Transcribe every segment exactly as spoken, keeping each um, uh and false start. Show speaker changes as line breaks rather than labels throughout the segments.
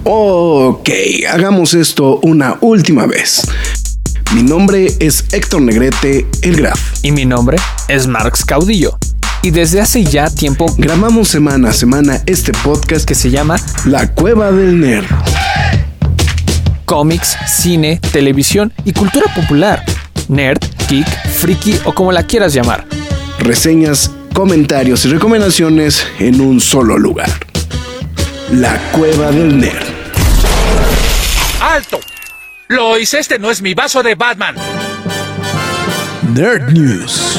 Ok, hagamos esto una última vez. Mi nombre es Héctor Negrete, el Graf.
Y mi nombre es Marx Caudillo. Y desde hace ya tiempo
grabamos semana a semana este podcast
que se llama
La Cueva del Nerd.
Cómics, cine, televisión y cultura popular. Nerd, geek, friki o como la quieras llamar.
Reseñas, comentarios y recomendaciones en un solo lugar. La Cueva del Nerd.
¡Alto! Lois, este no es mi vaso de Batman.
Nerd News.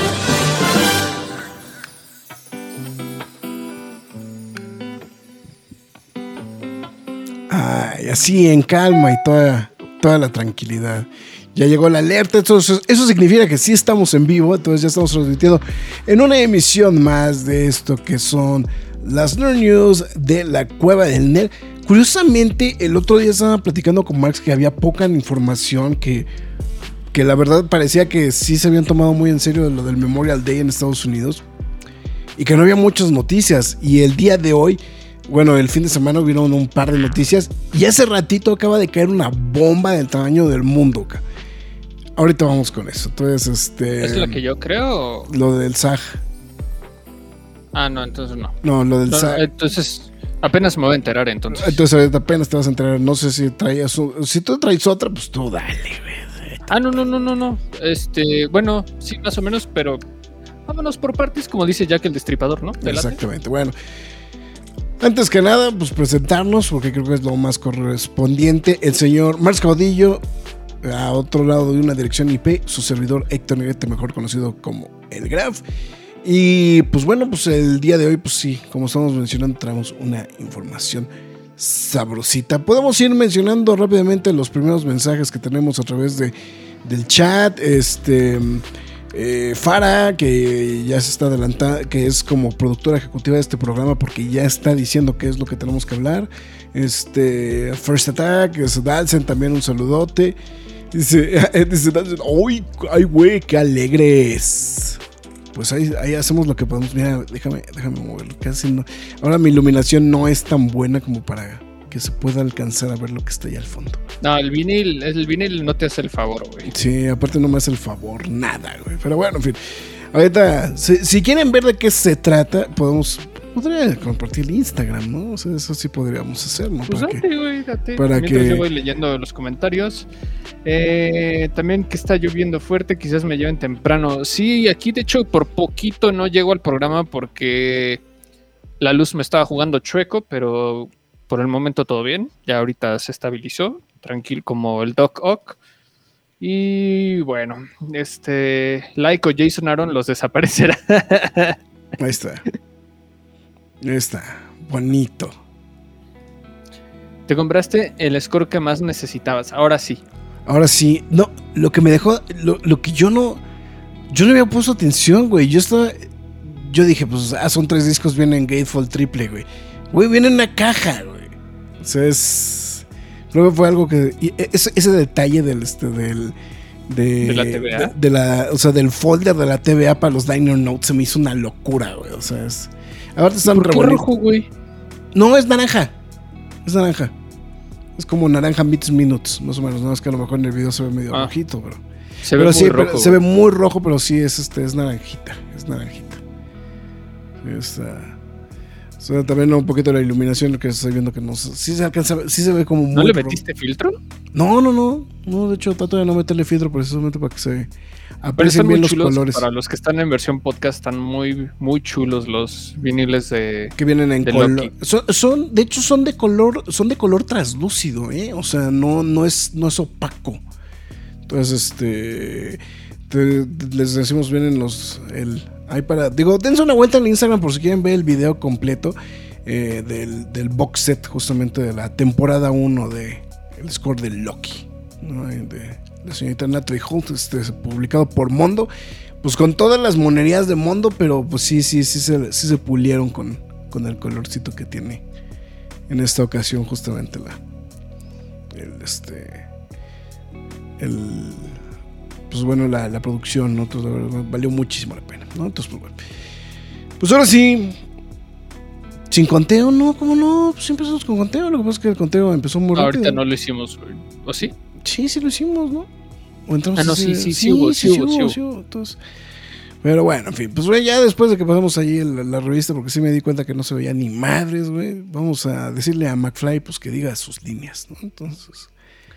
Ay, así en calma y toda, toda la tranquilidad. Ya llegó la alerta, eso, eso significa que sí estamos en vivo, entonces ya estamos transmitiendo en una emisión más de esto que son las Nerd News de la Cueva del Nerd. Curiosamente, el otro día estaba platicando con Max que había poca información, que, que la verdad parecía que sí se habían tomado muy en serio lo del Memorial Day en Estados Unidos y que no había muchas noticias. Y el día de hoy, bueno, el fin de semana hubieron un par de noticias y hace ratito acaba de caer una bomba del tamaño del mundo. Ahorita vamos con eso. Entonces, este...
¿Es lo que yo creo?
Lo del S A G.
Ah, no, entonces no.
No, lo del
no,
S A G.
Entonces, apenas me voy a enterar entonces.
Entonces ahorita apenas te vas a enterar. No sé si traías... Si tú traes otra, pues tú dale, güey.
Ah, no, no, no, no, no. Este, bueno, sí, más o menos, pero vámonos por partes, como dice Jack el Destripador, ¿no? ¿Te
Exactamente, late? Bueno. Antes que nada, pues presentarnos, porque creo que es lo más correspondiente. El señor Marx Caudillo, a otro lado de una dirección I P, su servidor Héctor Negrete, mejor conocido como el Graf. Y pues bueno, pues el día de hoy, pues sí, como estamos mencionando, traemos una información sabrosita. Podemos ir mencionando rápidamente los primeros mensajes que tenemos a través de, del chat. Este... Eh, Farah, que ya se está adelantando, que es como productora ejecutiva de este programa, porque ya está diciendo qué es lo que tenemos que hablar. Este, First Attack, es Dalsen, también un saludote. Dice, dice Dalsen, ¡ay, ay, güey, qué alegres! Pues ahí, ahí hacemos lo que podemos. Mira, déjame, déjame moverlo. Casi no. Ahora mi iluminación no es tan buena como para que se pueda alcanzar a ver lo que está ahí al fondo.
No, el vinil, el vinil no te hace el favor, güey.
Sí, aparte no me hace el favor nada, güey. Pero bueno, en fin. Ahorita, si, si quieren ver de qué se trata, podemos podría compartir el Instagram, ¿no? O sea, eso sí podríamos hacer, ¿no?
Pues
para
date,
que,
güey, date.
para
Mientras
que...
yo voy leyendo los comentarios. Eh, también que está lloviendo fuerte, quizás me lleven temprano. Sí, aquí de hecho por poquito no llego al programa porque la luz me estaba jugando chueco, pero por el momento todo bien. Ya ahorita se estabilizó, tranquilo como el Doc Ock. Y bueno, este Laiko Jason Aaron los desaparecerá.
Ahí está. Ahí está. Bonito.
Te compraste el score que más necesitabas. Ahora sí.
Ahora sí. No, lo que me dejó. Lo, lo que yo no. Yo no había puesto atención, güey. Yo estaba. Yo dije, pues, ah, son tres discos, vienen Gatefall triple, güey. Güey, viene en una caja, güey. O sea, es. Creo que fue algo que. Ese, ese detalle del. Este, del de,
¿De la T V A?
De, de la, o sea, del folder de la T V A para los Liner Notes se me hizo una locura, güey. O sea, es. Ahora están
¿Por qué rojo, güey?
No, es naranja. Es naranja. Es como naranja bits minutes, más o menos. No es que a lo mejor en el video se ve medio ah, rojito, pero.
Se
pero
ve
sí,
muy
pero
rojo.
Se ve muy rojo, pero sí es este, es naranjita. Es naranjita. Es, uh, o sea, también un poquito la iluminación que estoy viendo que no sí se alcanza, sí se ve como muy.
¿No le metiste rojo. Filtro?
No, no, no. No, de hecho trato de no meterle filtro precisamente para que se
aprecien bien los colores. Para los que están en versión podcast están muy, muy chulos los viniles de
que vienen en color. Son, son, de hecho, son de color, son de color translúcido, eh. O sea, no, no es, no es opaco. Entonces, este, te, les decimos vienen los, el, ahí para, digo, dense una vuelta en Instagram por si quieren ver el video completo eh, del, del box set justamente de la temporada uno de el score de Loki, ¿no? De la señorita Natalie Holt, este, publicado por Mondo, pues con todas las monerías de Mondo, pero pues sí, sí, sí se, sí se pulieron con, con el colorcito que tiene en esta ocasión justamente la, el, este, el, pues bueno, la, la producción, ¿no? Entonces, la verdad, valió muchísimo la pena, ¿no? Entonces, pues bueno, pues ahora sí, Sin conteo, no, ¿cómo no? Pues siempre empezamos con conteo. Lo que pasa es que el conteo empezó muy rápido.
Ahorita no lo hicimos, güey. ¿O sí?
Sí, sí lo hicimos, ¿no? O entonces,
ah, no, sí, sí, sí, sí hubo, sí, sí hubo, sí hubo. Sí hubo.
Entonces, pero bueno, en fin, pues güey, ya después de que pasamos allí la, la revista, porque sí me di cuenta que no se veía ni madres, güey, vamos a decirle a McFly, pues que diga sus líneas, ¿no? Entonces,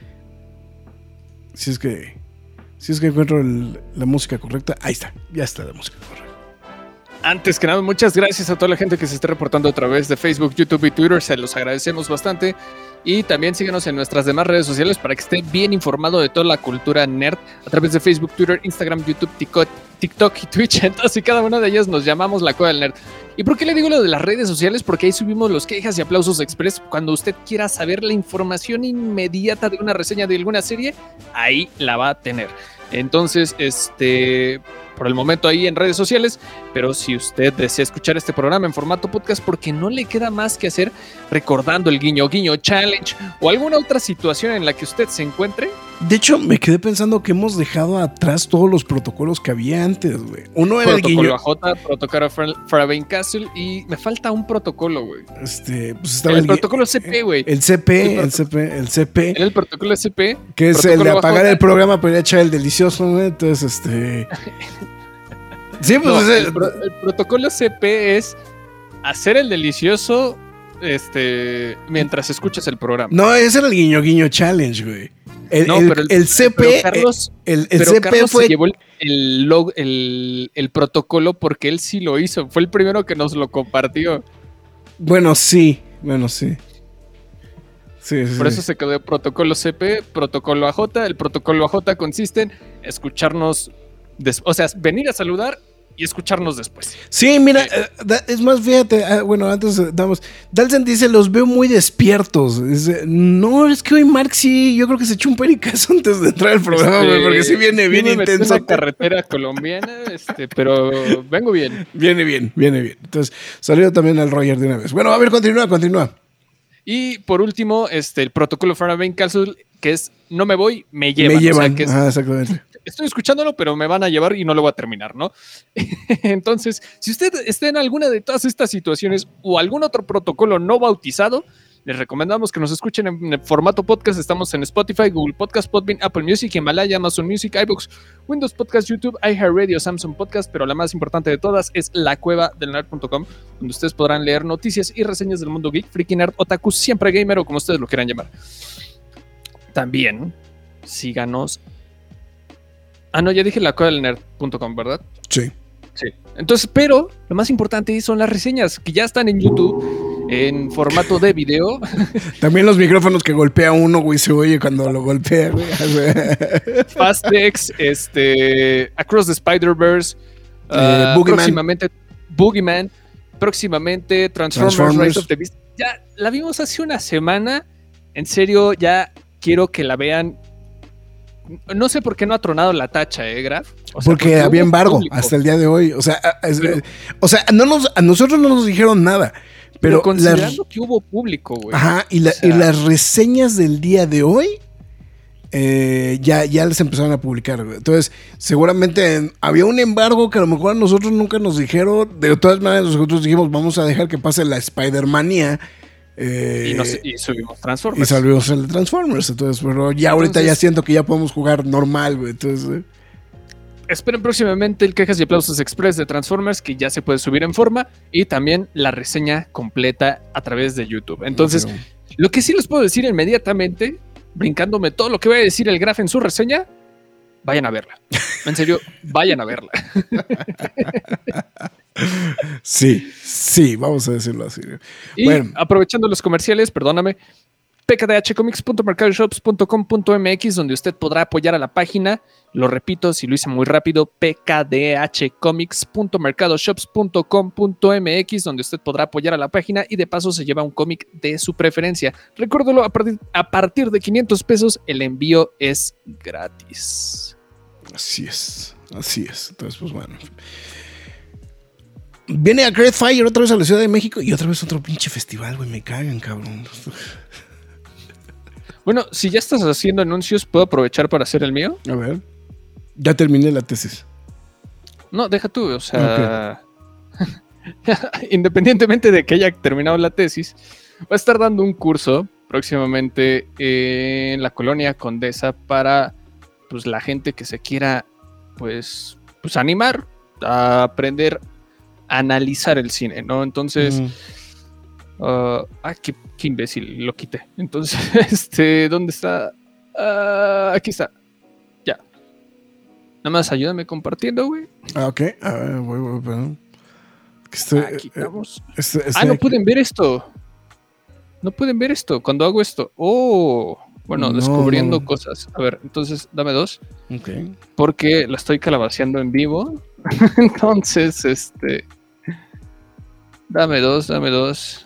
si es que, si es que encuentro el, la música correcta, ahí está, ya está la música correcta.
Antes que nada, muchas gracias a toda la gente que se esté reportando a través de Facebook, YouTube y Twitter. Se los agradecemos bastante. Y también síganos en nuestras demás redes sociales para que esté bien informado de toda la cultura nerd a través de Facebook, Twitter, Instagram, YouTube, TikTok y Twitch. Entonces, y cada una de ellas nos llamamos La Cueva del Nerd. ¿Y por qué le digo lo de las redes sociales? Porque ahí subimos los quejas y aplausos express. Cuando usted quiera saber la información inmediata de una reseña de alguna serie, ahí la va a tener. Entonces, este, por el momento ahí en redes sociales, pero si usted desea escuchar este programa en formato podcast porque no le queda más que hacer recordando el guiño guiño challenge o alguna otra situación en la que usted se encuentre.
De hecho, me quedé pensando que hemos dejado atrás todos los protocolos que había antes, güey. Uno era
protocolo
el guiño.
A J, protocolo Fairbairn Castle y me falta un protocolo, güey.
Este, pues estaba
el,
el
protocolo C P, güey.
El C P, el, el C P, el C P.
Era el protocolo C P.
Que es el de apagar el programa para ir a echar el delicioso, güey. Entonces, este. Sí, pues
no,
es el...
El, pro, el protocolo C P es hacer el delicioso este mientras escuchas el programa.
No, ese era el guiño guiño challenge, güey. El,
no,
el,
pero el,
el C P,
pero Carlos,
el, el
pero
C P
Carlos
fue...
se llevó el, el, log, el, el protocolo porque él sí lo hizo. Fue el primero que nos lo compartió.
Bueno, sí, bueno, sí. Sí, sí,
Por
sí.
eso se quedó el protocolo C P, protocolo A J. El protocolo A J consiste en escucharnos, des- o sea, venir a saludar y escucharnos después.
Sí, mira, sí. Uh, es más, fíjate, uh, bueno, antes uh, damos, Dalsen dice, los veo muy despiertos. Dice, no, es que hoy Mark sí, yo creo que se echó un pericazo antes de entrar al programa, este, porque sí viene bien
me
intenso.
En la carretera colombiana, este, pero vengo bien.
Viene bien, viene bien. Entonces, saludo también al Roger de una vez. Bueno, a ver, continúa, continúa.
Y por último, este, el protocolo Fairbairn Castle, que es, no me voy, me llevan.
Me llevan,
o sea, que es,
ah, exactamente.
Estoy escuchándolo, pero me van a llevar y no lo voy a terminar, ¿no? Entonces, si usted está en alguna de todas estas situaciones o algún otro protocolo no bautizado, les recomendamos que nos escuchen en, en formato podcast. Estamos en Spotify, Google Podcast, Podbean, Apple Music, Himalaya, Amazon Music, iVoox, Windows Podcast, YouTube, iHeartRadio, Samsung Podcast, pero la más importante de todas es la cueva del nerd punto com, donde ustedes podrán leer noticias y reseñas del mundo geek, freaky, nerd, otaku, siempre gamer o como ustedes lo quieran llamar. También síganos. Ah, no, ya dije la cueva del nerd punto com, ¿verdad?
Sí.
Sí. Entonces, pero lo más importante son las reseñas que ya están en YouTube en formato de video.
También los micrófonos que golpea uno, güey, se oye cuando lo golpea, güey.
Fastex, este, Across the Spider-Verse,
eh,
uh,
Boogeyman.
próximamente Boogeyman, próximamente Transformers,
Transformers.
Rise of the Beast. Ya la vimos hace una semana. En serio, ya quiero que la vean. No sé por qué no ha tronado la tacha, ¿eh, Graf? O sea,
porque,
porque
había embargo
público.
hasta el día de hoy. O sea, es,
pero,
o sea no nos, a nosotros no nos dijeron nada. Pero,
pero considerando
las,
que hubo público, güey.
Ajá, y, la, o sea, y las reseñas del día de hoy eh, ya, ya les empezaron a publicar, güey. Entonces, seguramente en, había un embargo que a lo mejor a nosotros nunca nos dijeron. De todas maneras, nosotros dijimos, vamos a dejar que pase la Spider-Manía. Eh,
y, nos, y subimos Transformers.
Y salimos el Transformers. Entonces, pero ya ahorita entonces, ya siento que ya podemos jugar normal, güey. Entonces, eh.
esperen próximamente el Quejas y Aplausos Express de Transformers, que ya se puede subir en forma, y también la reseña completa a través de YouTube. Entonces, no, pero... lo que sí les puedo decir inmediatamente, brincándome todo lo que va a decir el Graf en su reseña, vayan a verla. En serio, vayan a verla.
Sí, sí, vamos a decirlo así.
Y bueno, aprovechando los comerciales, perdóname, p k d h comics punto mercado shops punto com punto m x, donde usted podrá apoyar a la página. Lo repito, si lo hice muy rápido, p k d h comics punto mercado shops punto com punto m x, donde usted podrá apoyar a la página y de paso se lleva un cómic de su preferencia. Recuérdalo, a partir, a partir de quinientos pesos el envío es gratis.
Así es, así es. Entonces, pues bueno. Viene a Great Fire otra vez a la Ciudad de México y otra vez otro pinche festival, güey. Me cagan, cabrón.
Bueno, si ya estás haciendo anuncios, ¿puedo aprovechar para hacer el mío?
A ver. Ya terminé la tesis.
No, deja tú, o sea... Okay. independientemente de que haya terminado la tesis, va a estar dando un curso próximamente en la colonia Condesa para pues la gente que se quiera pues, pues animar a aprender a analizar el cine, ¿no? Entonces, mm. uh, ah, qué, qué imbécil, lo quité. Entonces, este, ¿dónde está? Uh, aquí está. Ya. Nada más ayúdame compartiendo, güey.
Ah, ok. A ver, voy, voy, perdón. Estoy,
aquí estamos.
Estoy, estoy
ah, no
aquí.
pueden ver esto. No pueden ver esto cuando hago esto. Oh, bueno,
no,
descubriendo
no.
cosas. A ver, entonces dame dos.
Ok.
Porque la estoy calabaceando en vivo. Entonces, este. Dame dos, dame dos.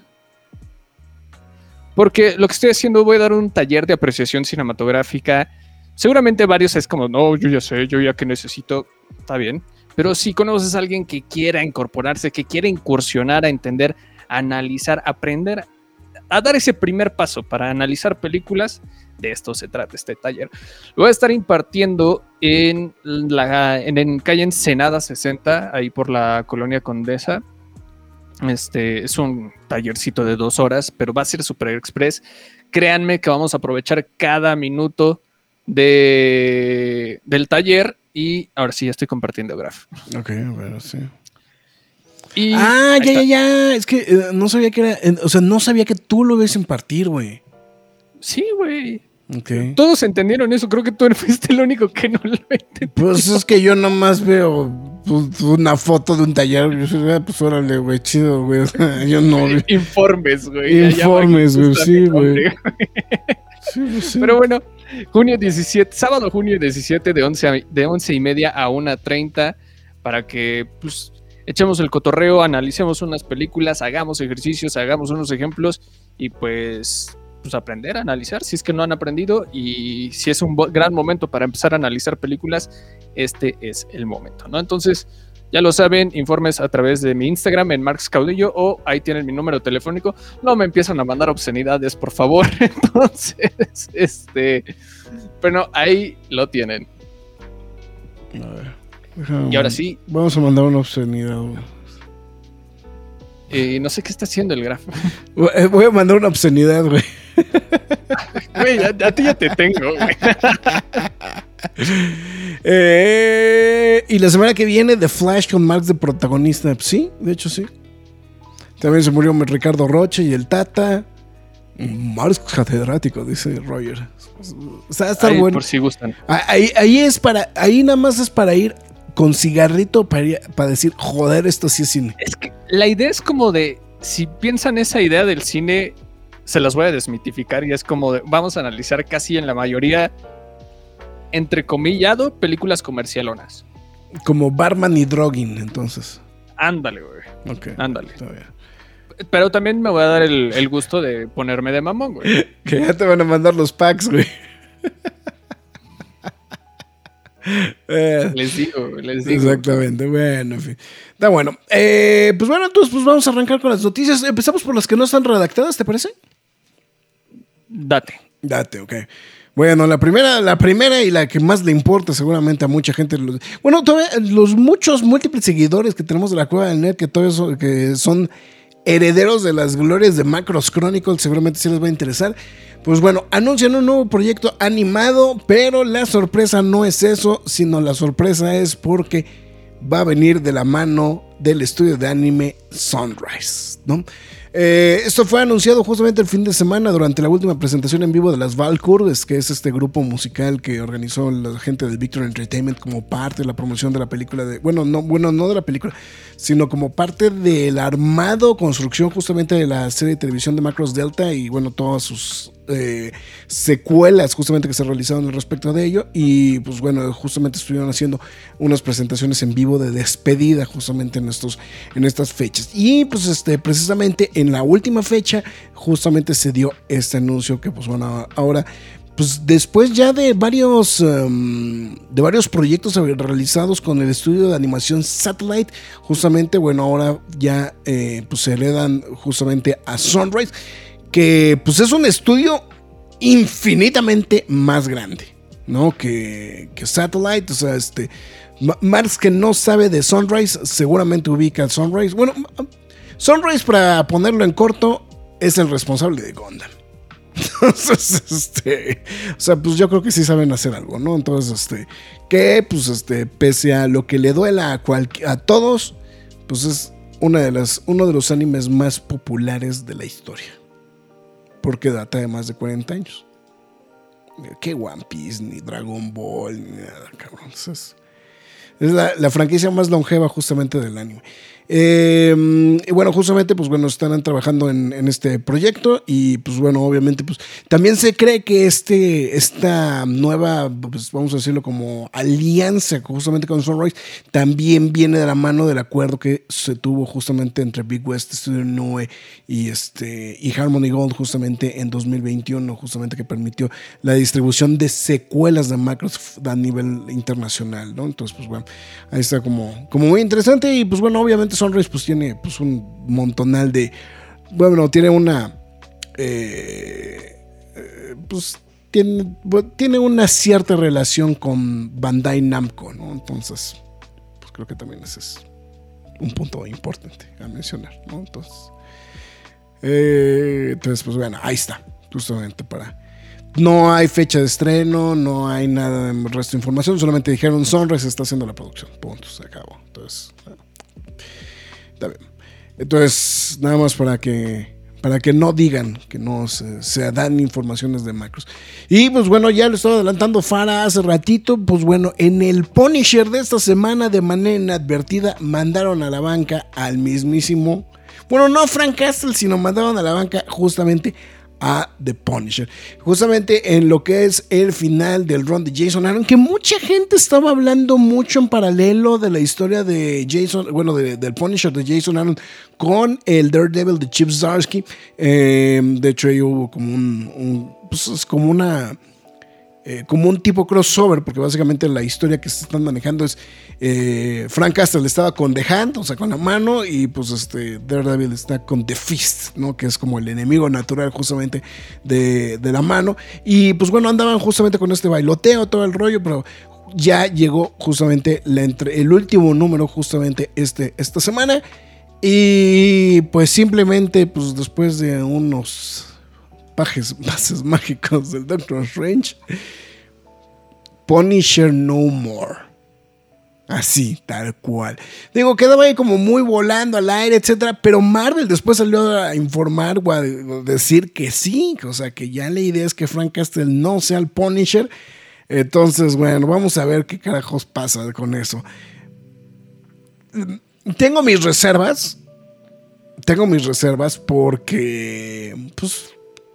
Porque lo que estoy haciendo, voy a dar un taller de apreciación cinematográfica. Seguramente varios es como, no, yo ya sé, yo ya que necesito. Está bien. Pero si conoces a alguien que quiera incorporarse, que quiera incursionar a entender, a analizar, aprender a dar ese primer paso para analizar películas, de esto se trata este taller. Lo voy a estar impartiendo en la en, en calle Ensenada sesenta, ahí por la colonia Condesa. Este es un tallercito de dos horas, pero va a ser super express. Créanme que vamos a aprovechar cada minuto de, del taller. Y ahora sí, ya estoy compartiendo Graf.
Ok, bueno, sí.
Y
ah, ya, ya, ya. Es que eh, no sabía que era. Eh, o sea, no sabía que tú lo ibas a impartir, güey.
Sí, güey.
Okay.
Todos entendieron eso. Creo que tú fuiste el único que no lo entendió.
Pues es que yo nomás veo pues, una foto de un taller. Yo soy, pues órale, güey, chido, güey. O sea, yo no.
Informes, güey.
Informes, güey, sí, güey. Sí, pues, sí.
Pero bueno, junio diecisiete, sábado junio diecisiete de once, a, de once y media a una treinta para que pues echemos el cotorreo, analicemos unas películas, hagamos ejercicios, hagamos unos ejemplos y pues, pues aprender a analizar si es que no han aprendido, y si es un gran momento para empezar a analizar películas, este es el momento, ¿no? Entonces, ya lo saben, informes a través de mi Instagram en Marx Caudillo, o ahí tienen mi número telefónico. No me empiezan a mandar obscenidades, por favor. Entonces, este, bueno, ahí lo tienen.
A ver, déjame,
y ahora sí.
Vamos a mandar una obscenidad, güey.
Eh, no sé qué está haciendo el Graf.
Voy a mandar una obscenidad, güey.
Güey, a, a ti ya te tengo, güey.
eh, y la semana que viene, The Flash con Marx de protagonista. Sí, de hecho sí. También se murió Ricardo Roche y el Tata. Marx catedrático, dice Roger. O sea, va a estar
ahí,
bueno.
Por si gustan.
Ahí, ahí es para, ahí nada más es para ir con cigarrito para, ir, para decir, joder, esto sí es cine.
Es que la idea es como de, si piensan esa idea del cine, se las voy a desmitificar, y es como de, vamos a analizar casi en la mayoría, entrecomillado, películas comercialonas.
Como Barman y Drogging, entonces.
Ándale, güey.
Ok.
Ándale.
Está bien.
Pero también me voy a dar el, el gusto de ponerme de mamón, güey.
Que ya te van a mandar los packs, güey. eh,
Les digo, les digo.
Exactamente, bueno, en fin. Está bueno. Eh, pues bueno, entonces pues vamos a arrancar con las noticias. Empezamos por las que no están redactadas, ¿te parece?
Date.
Date, ok. Bueno, la primera, la primera y la que más le importa seguramente a mucha gente. Los, bueno, todavía los muchos múltiples seguidores que tenemos de la Cueva del Nerd, que todavía son, que son herederos de las glorias de Macros Chronicles, seguramente sí les va a interesar. Pues bueno, anuncian un nuevo proyecto animado, pero la sorpresa no es eso, sino la sorpresa es porque va a venir de la mano del estudio de anime Sunrise, ¿no? Eh, esto fue anunciado justamente el fin de semana durante la última presentación en vivo de las Valkyries, que es este grupo musical que organizó la gente del Victor Entertainment como parte de la promoción de la película de, bueno, no, bueno, no de la película, sino como parte del armado, construcción justamente de la serie de televisión de Macross Delta y bueno, todas sus eh, secuelas justamente que se realizaron al respecto de ello. Y pues bueno, justamente estuvieron haciendo unas presentaciones en vivo de despedida justamente en estos, en estas fechas. Y pues este, precisamente en la última fecha justamente se dio este anuncio que pues bueno, ahora pues después ya de varios um, de varios proyectos realizados con el estudio de animación Satellite, justamente bueno, ahora ya eh, pues se heredan justamente a Sunrise, que pues es un estudio infinitamente más grande, ¿no? Que, que Satellite, o sea, este, Marx, que no sabe de Sunrise, seguramente ubica Sunrise. Bueno, Sunrise, para ponerlo en corto, es el responsable de Gundam. Entonces, este, o sea, pues yo creo que sí saben hacer algo, ¿no? Entonces, este, que, pues, este, pese a lo que le duela a, cual, a todos, pues es una de las, uno de los animes más populares de la historia. Porque data de más de cuarenta años. Que One Piece, ni Dragon Ball, ni nada, cabrón. Entonces, es la, la franquicia más longeva justamente del anime. Eh, y bueno, justamente, pues bueno, están trabajando en, en este proyecto y pues bueno, obviamente, pues también se cree que este, esta nueva, pues vamos a decirlo como alianza justamente con Sunrise, también viene de la mano del acuerdo que se tuvo justamente entre Big West Studio Noe y, este, y Harmony Gold justamente en dos mil veintiuno, justamente que permitió la distribución de secuelas de Macross a nivel internacional, ¿no? Entonces, pues bueno, ahí está como, como muy interesante y pues bueno, obviamente Sunrise pues tiene pues un montonal de, bueno, tiene una eh, eh, pues tiene, tiene una cierta relación con Bandai Namco, ¿no? Entonces pues creo que también ese es un punto importante a mencionar, ¿no? Entonces eh, entonces pues bueno, ahí está, justamente para, no hay fecha de estreno, no hay nada de resto de información, solamente dijeron Sunrise está haciendo la producción, punto, se acabó. Entonces bueno, está bien. Entonces, nada más para que para que no digan que no se, se dan informaciones de Macross. Y pues bueno, ya lo estaba adelantando Fara hace ratito. Pues bueno, en el Punisher de esta semana, de manera inadvertida, mandaron a la banca al mismísimo, bueno, no Frank Castle, sino mandaron a la banca justamente a The Punisher, justamente en lo que es el final del run de Jason Aaron, que mucha gente estaba hablando mucho en paralelo de la historia de Jason, bueno, de, del Punisher de Jason Aaron con el Daredevil de Chip Zdarsky. Eh, de hecho, ahí hubo como un, un pues es como una Eh, como un tipo crossover, porque básicamente la historia que se están manejando es eh, Frank Castle estaba con The Hand, o sea, con la mano, y pues este Daredevil está con The Fist, ¿no? Que es como el enemigo natural justamente de, de la mano. Y pues bueno, andaban justamente con este bailoteo, todo el rollo, pero ya llegó justamente la entre, el último número justamente este, esta semana. Y pues simplemente, pues después de unos pajes, pases mágicos del Doctor Strange, Punisher No More. Así, tal cual. Digo, quedaba ahí como muy volando al aire, etcétera. Pero Marvel después salió a informar o a decir que sí, o sea, que ya la idea es que Frank Castle no sea el Punisher. Entonces, bueno, vamos a ver qué carajos pasa con eso. Tengo mis reservas. Tengo mis reservas porque, pues,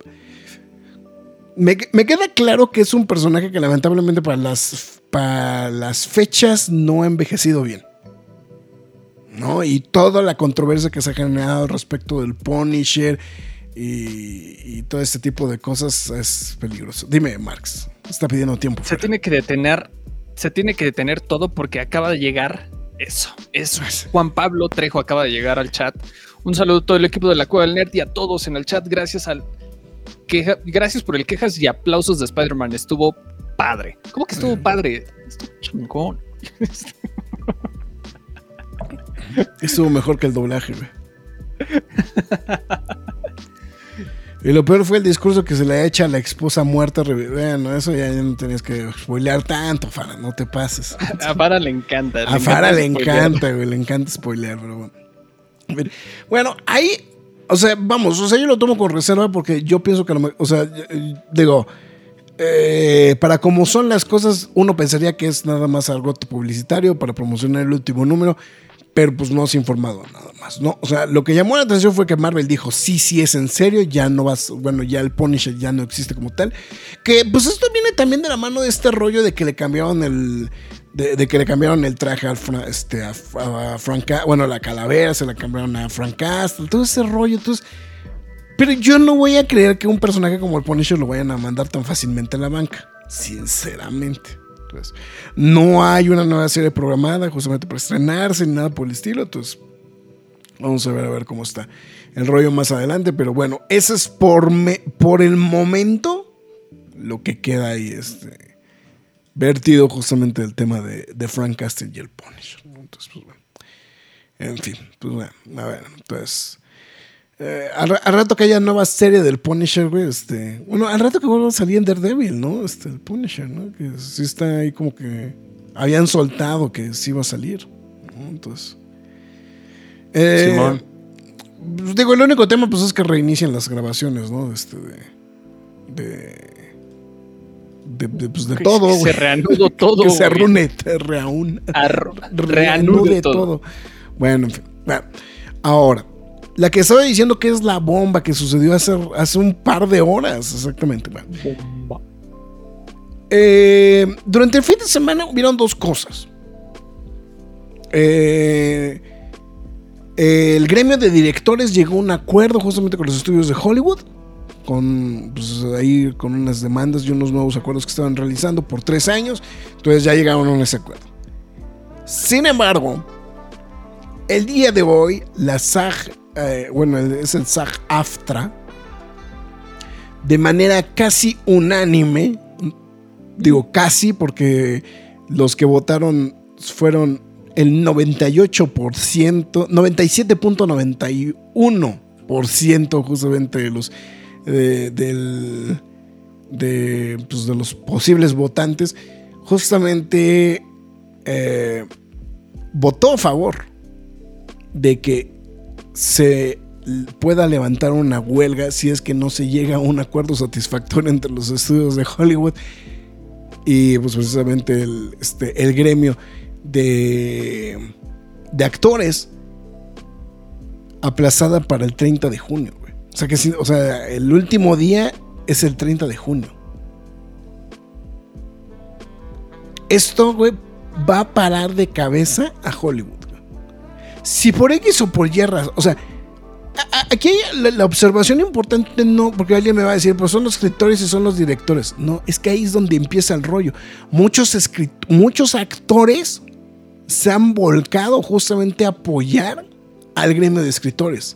Me, me queda claro que es un personaje que lamentablemente para las, para las fechas no ha envejecido bien, ¿no? Y toda la controversia que se ha generado respecto del Punisher y, y todo este tipo de cosas es peligroso. Dime, Marx, está pidiendo tiempo.
Se tiene que detener, se tiene que detener todo porque acaba de llegar eso, eso es. Juan Pablo Trejo acaba de llegar al chat. Un saludo a todo el equipo de la Cueva del Nerd y a todos en el chat. Gracias al Queja, gracias por el quejas y aplausos de Spider-Man. Estuvo padre. ¿Cómo que estuvo padre? Estuvo chingón.
Estuvo mejor que el doblaje, güey. Y lo peor fue el discurso que se le echa a la esposa muerta. Bueno, eso ya no tenías que spoilear tanto, Fara, no te pases.
A Fara le encanta.
A Fara le encanta, güey, le encanta spoilear, pero bueno. Bueno, ahí, o sea, vamos, o sea, yo lo tomo con reserva porque yo pienso que, lo, o sea, digo, eh, para como son las cosas, uno pensaría que es nada más algo publicitario para promocionar el último número, pero pues no se ha informado nada más, ¿no? O sea, lo que llamó la atención fue que Marvel dijo, sí, sí es en serio, ya no vas, bueno, ya el Punisher ya no existe como tal, que pues esto viene también de la mano de este rollo de que le cambiaron el, de, de que le cambiaron el traje a, este, a, a Frank, bueno, la calavera se la cambiaron a Frank Castle, todo ese rollo, entonces, pero yo no voy a creer que un personaje como el Punisher lo vayan a mandar tan fácilmente a la banca, sinceramente. Entonces, no hay una nueva serie programada justamente para estrenarse ni nada por el estilo. Entonces, vamos a ver a ver cómo está el rollo más adelante. Pero bueno, ese es por, me, por el momento lo que queda ahí este, vertido justamente el tema de, de Frank Castle y el Punisher. Entonces, pues bueno. En fin, pues bueno, a ver, entonces. Eh, al, al rato que haya nueva serie del Punisher, güey, este. Bueno, al rato que vuelva a salir en Daredevil, ¿no? Este, el Punisher, ¿no? Que sí está ahí como que habían soltado que sí iba a salir, ¿no? Entonces. Eh,
Simón.
Pues digo, el único tema, pues es que reinician las grabaciones, ¿no? Este, de. de De, de, pues de
que
todo,
se
güey.
reanudo todo.
Que se
güey.
arrune, reaún,
Ar-
reanude
reanude
todo.
todo.
Bueno, en fin. Bueno, ahora, la que estaba diciendo que es la bomba que sucedió hace, hace un par de horas, exactamente. Bueno.
Bomba.
Eh, durante el fin de semana hubieron dos cosas. Eh, el gremio de directores llegó a un acuerdo justamente con los estudios de Hollywood. Con, pues, ahí, con unas demandas y unos nuevos acuerdos que estaban realizando por tres años. Entonces ya llegaron a ese acuerdo. Sin embargo, el día de hoy, la SAG, eh, bueno, es el SAG-AFTRA, de manera casi unánime, digo casi porque los que votaron fueron el noventa y ocho por ciento, noventa y siete punto noventa y uno por ciento justamente de los De, del, de, pues de los posibles votantes, justamente eh, votó a favor de que se pueda levantar una huelga si es que no se llega a un acuerdo satisfactorio entre los estudios de Hollywood y pues precisamente el, este, el gremio de, de actores, aplazada para el treinta de junio. O sea, que sí, o sea, el último día es el treinta de junio. Esto, güey, va a parar de cabeza a Hollywood. Si por X o por Y razón, o sea, a, a, aquí hay la, la observación importante, no, porque alguien me va a decir, pues son los escritores y son los directores. No, es que ahí es donde empieza el rollo. Muchos, escrit- muchos actores se han volcado justamente a apoyar al gremio de escritores.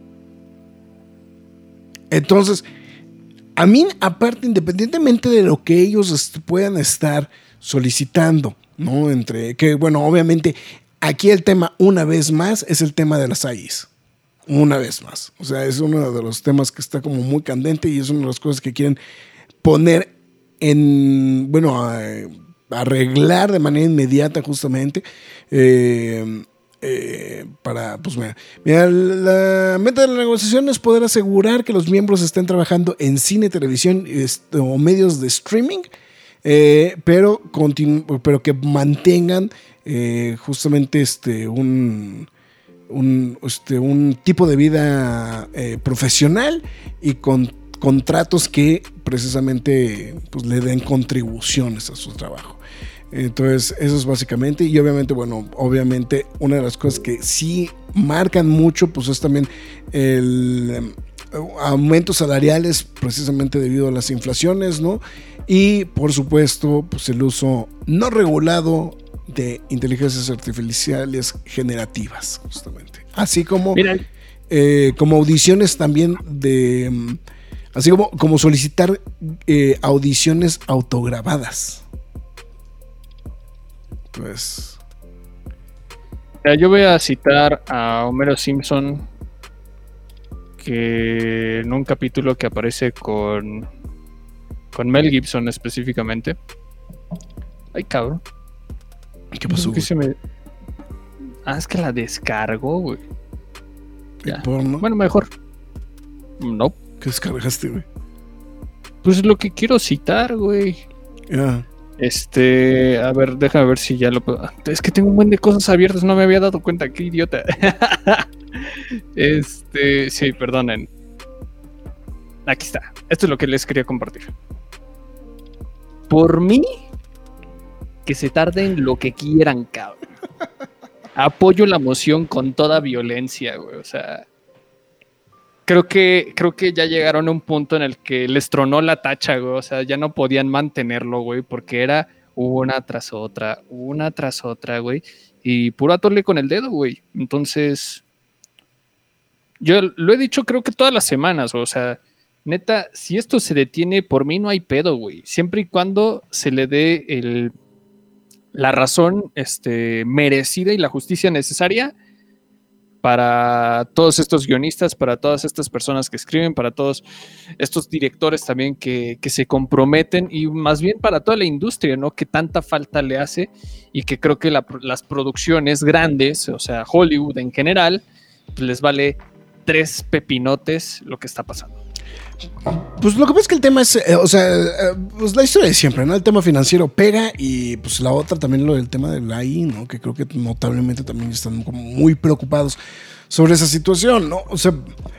Entonces, a mí, aparte, independientemente de lo que ellos est- puedan estar solicitando, ¿no? Entre que, bueno, obviamente, aquí el tema, una vez más, es el tema de las A Is. Una vez más. O sea, es uno de los temas que está como muy candente y es una de las cosas que quieren poner en, bueno, a, a arreglar de manera inmediata, justamente. Eh. Eh, para, pues mira, mira, la meta de la negociación es poder asegurar que los miembros estén trabajando en cine, televisión este, o medios de streaming, eh, pero, continu- pero que mantengan eh, justamente este, un, un, este, un tipo de vida eh, profesional y con contratos que precisamente pues, le den contribuciones a su trabajo. Entonces, eso es básicamente, y obviamente, bueno, obviamente una de las cosas que sí marcan mucho, pues es también el um, aumentos salariales, precisamente debido a las inflaciones, ¿no? Y por supuesto, pues el uso no regulado de inteligencias artificiales generativas, justamente. Así como, eh, como audiciones también de, um, así como, como solicitar eh, audiciones autograbadas. Pues.
Yo voy a citar a Homero Simpson, que en un capítulo que aparece con con Mel Gibson específicamente. Ay, cabrón.
¿Qué pasó?
¿Qué se me... Ah, es que la descargó, güey. Ya.
Porno?
Bueno, mejor. No.
¿Qué descargaste, güey?
Pues lo que quiero citar, güey.
Ya. Yeah.
Este, a ver, déjame ver si ya lo puedo. Es que tengo un buen de cosas abiertas, no me había dado cuenta, qué idiota. Este, sí, perdonen. Aquí está. Esto es lo que les quería compartir. Por mí, que se tarden lo que quieran, cabrón. Apoyo la moción con toda violencia, güey. O sea, creo que, creo que ya llegaron a un punto en el que les tronó la tacha, güey. O sea, ya no podían mantenerlo, güey, porque era una tras otra, una tras otra, güey. Y puro atole con el dedo, güey. Entonces, yo lo he dicho creo que todas las semanas, o sea, neta, si esto se detiene, por mí no hay pedo, güey. Siempre y cuando se le dé el, la razón este, merecida y la justicia necesaria para todos estos guionistas, para todas estas personas que escriben, para todos estos directores también que, que se comprometen y más bien para toda la industria, ¿no? Que tanta falta le hace y que creo que la, las producciones grandes, o sea, Hollywood en general, pues les vale tres pepinotes lo que está pasando.
Pues lo que pasa es que el tema es, eh, o sea, eh, pues la historia de siempre, ¿no? El tema financiero pega y pues la otra también lo del tema de la I, ¿no? Que creo que notablemente también están como muy preocupados sobre esa situación, ¿no? O sea,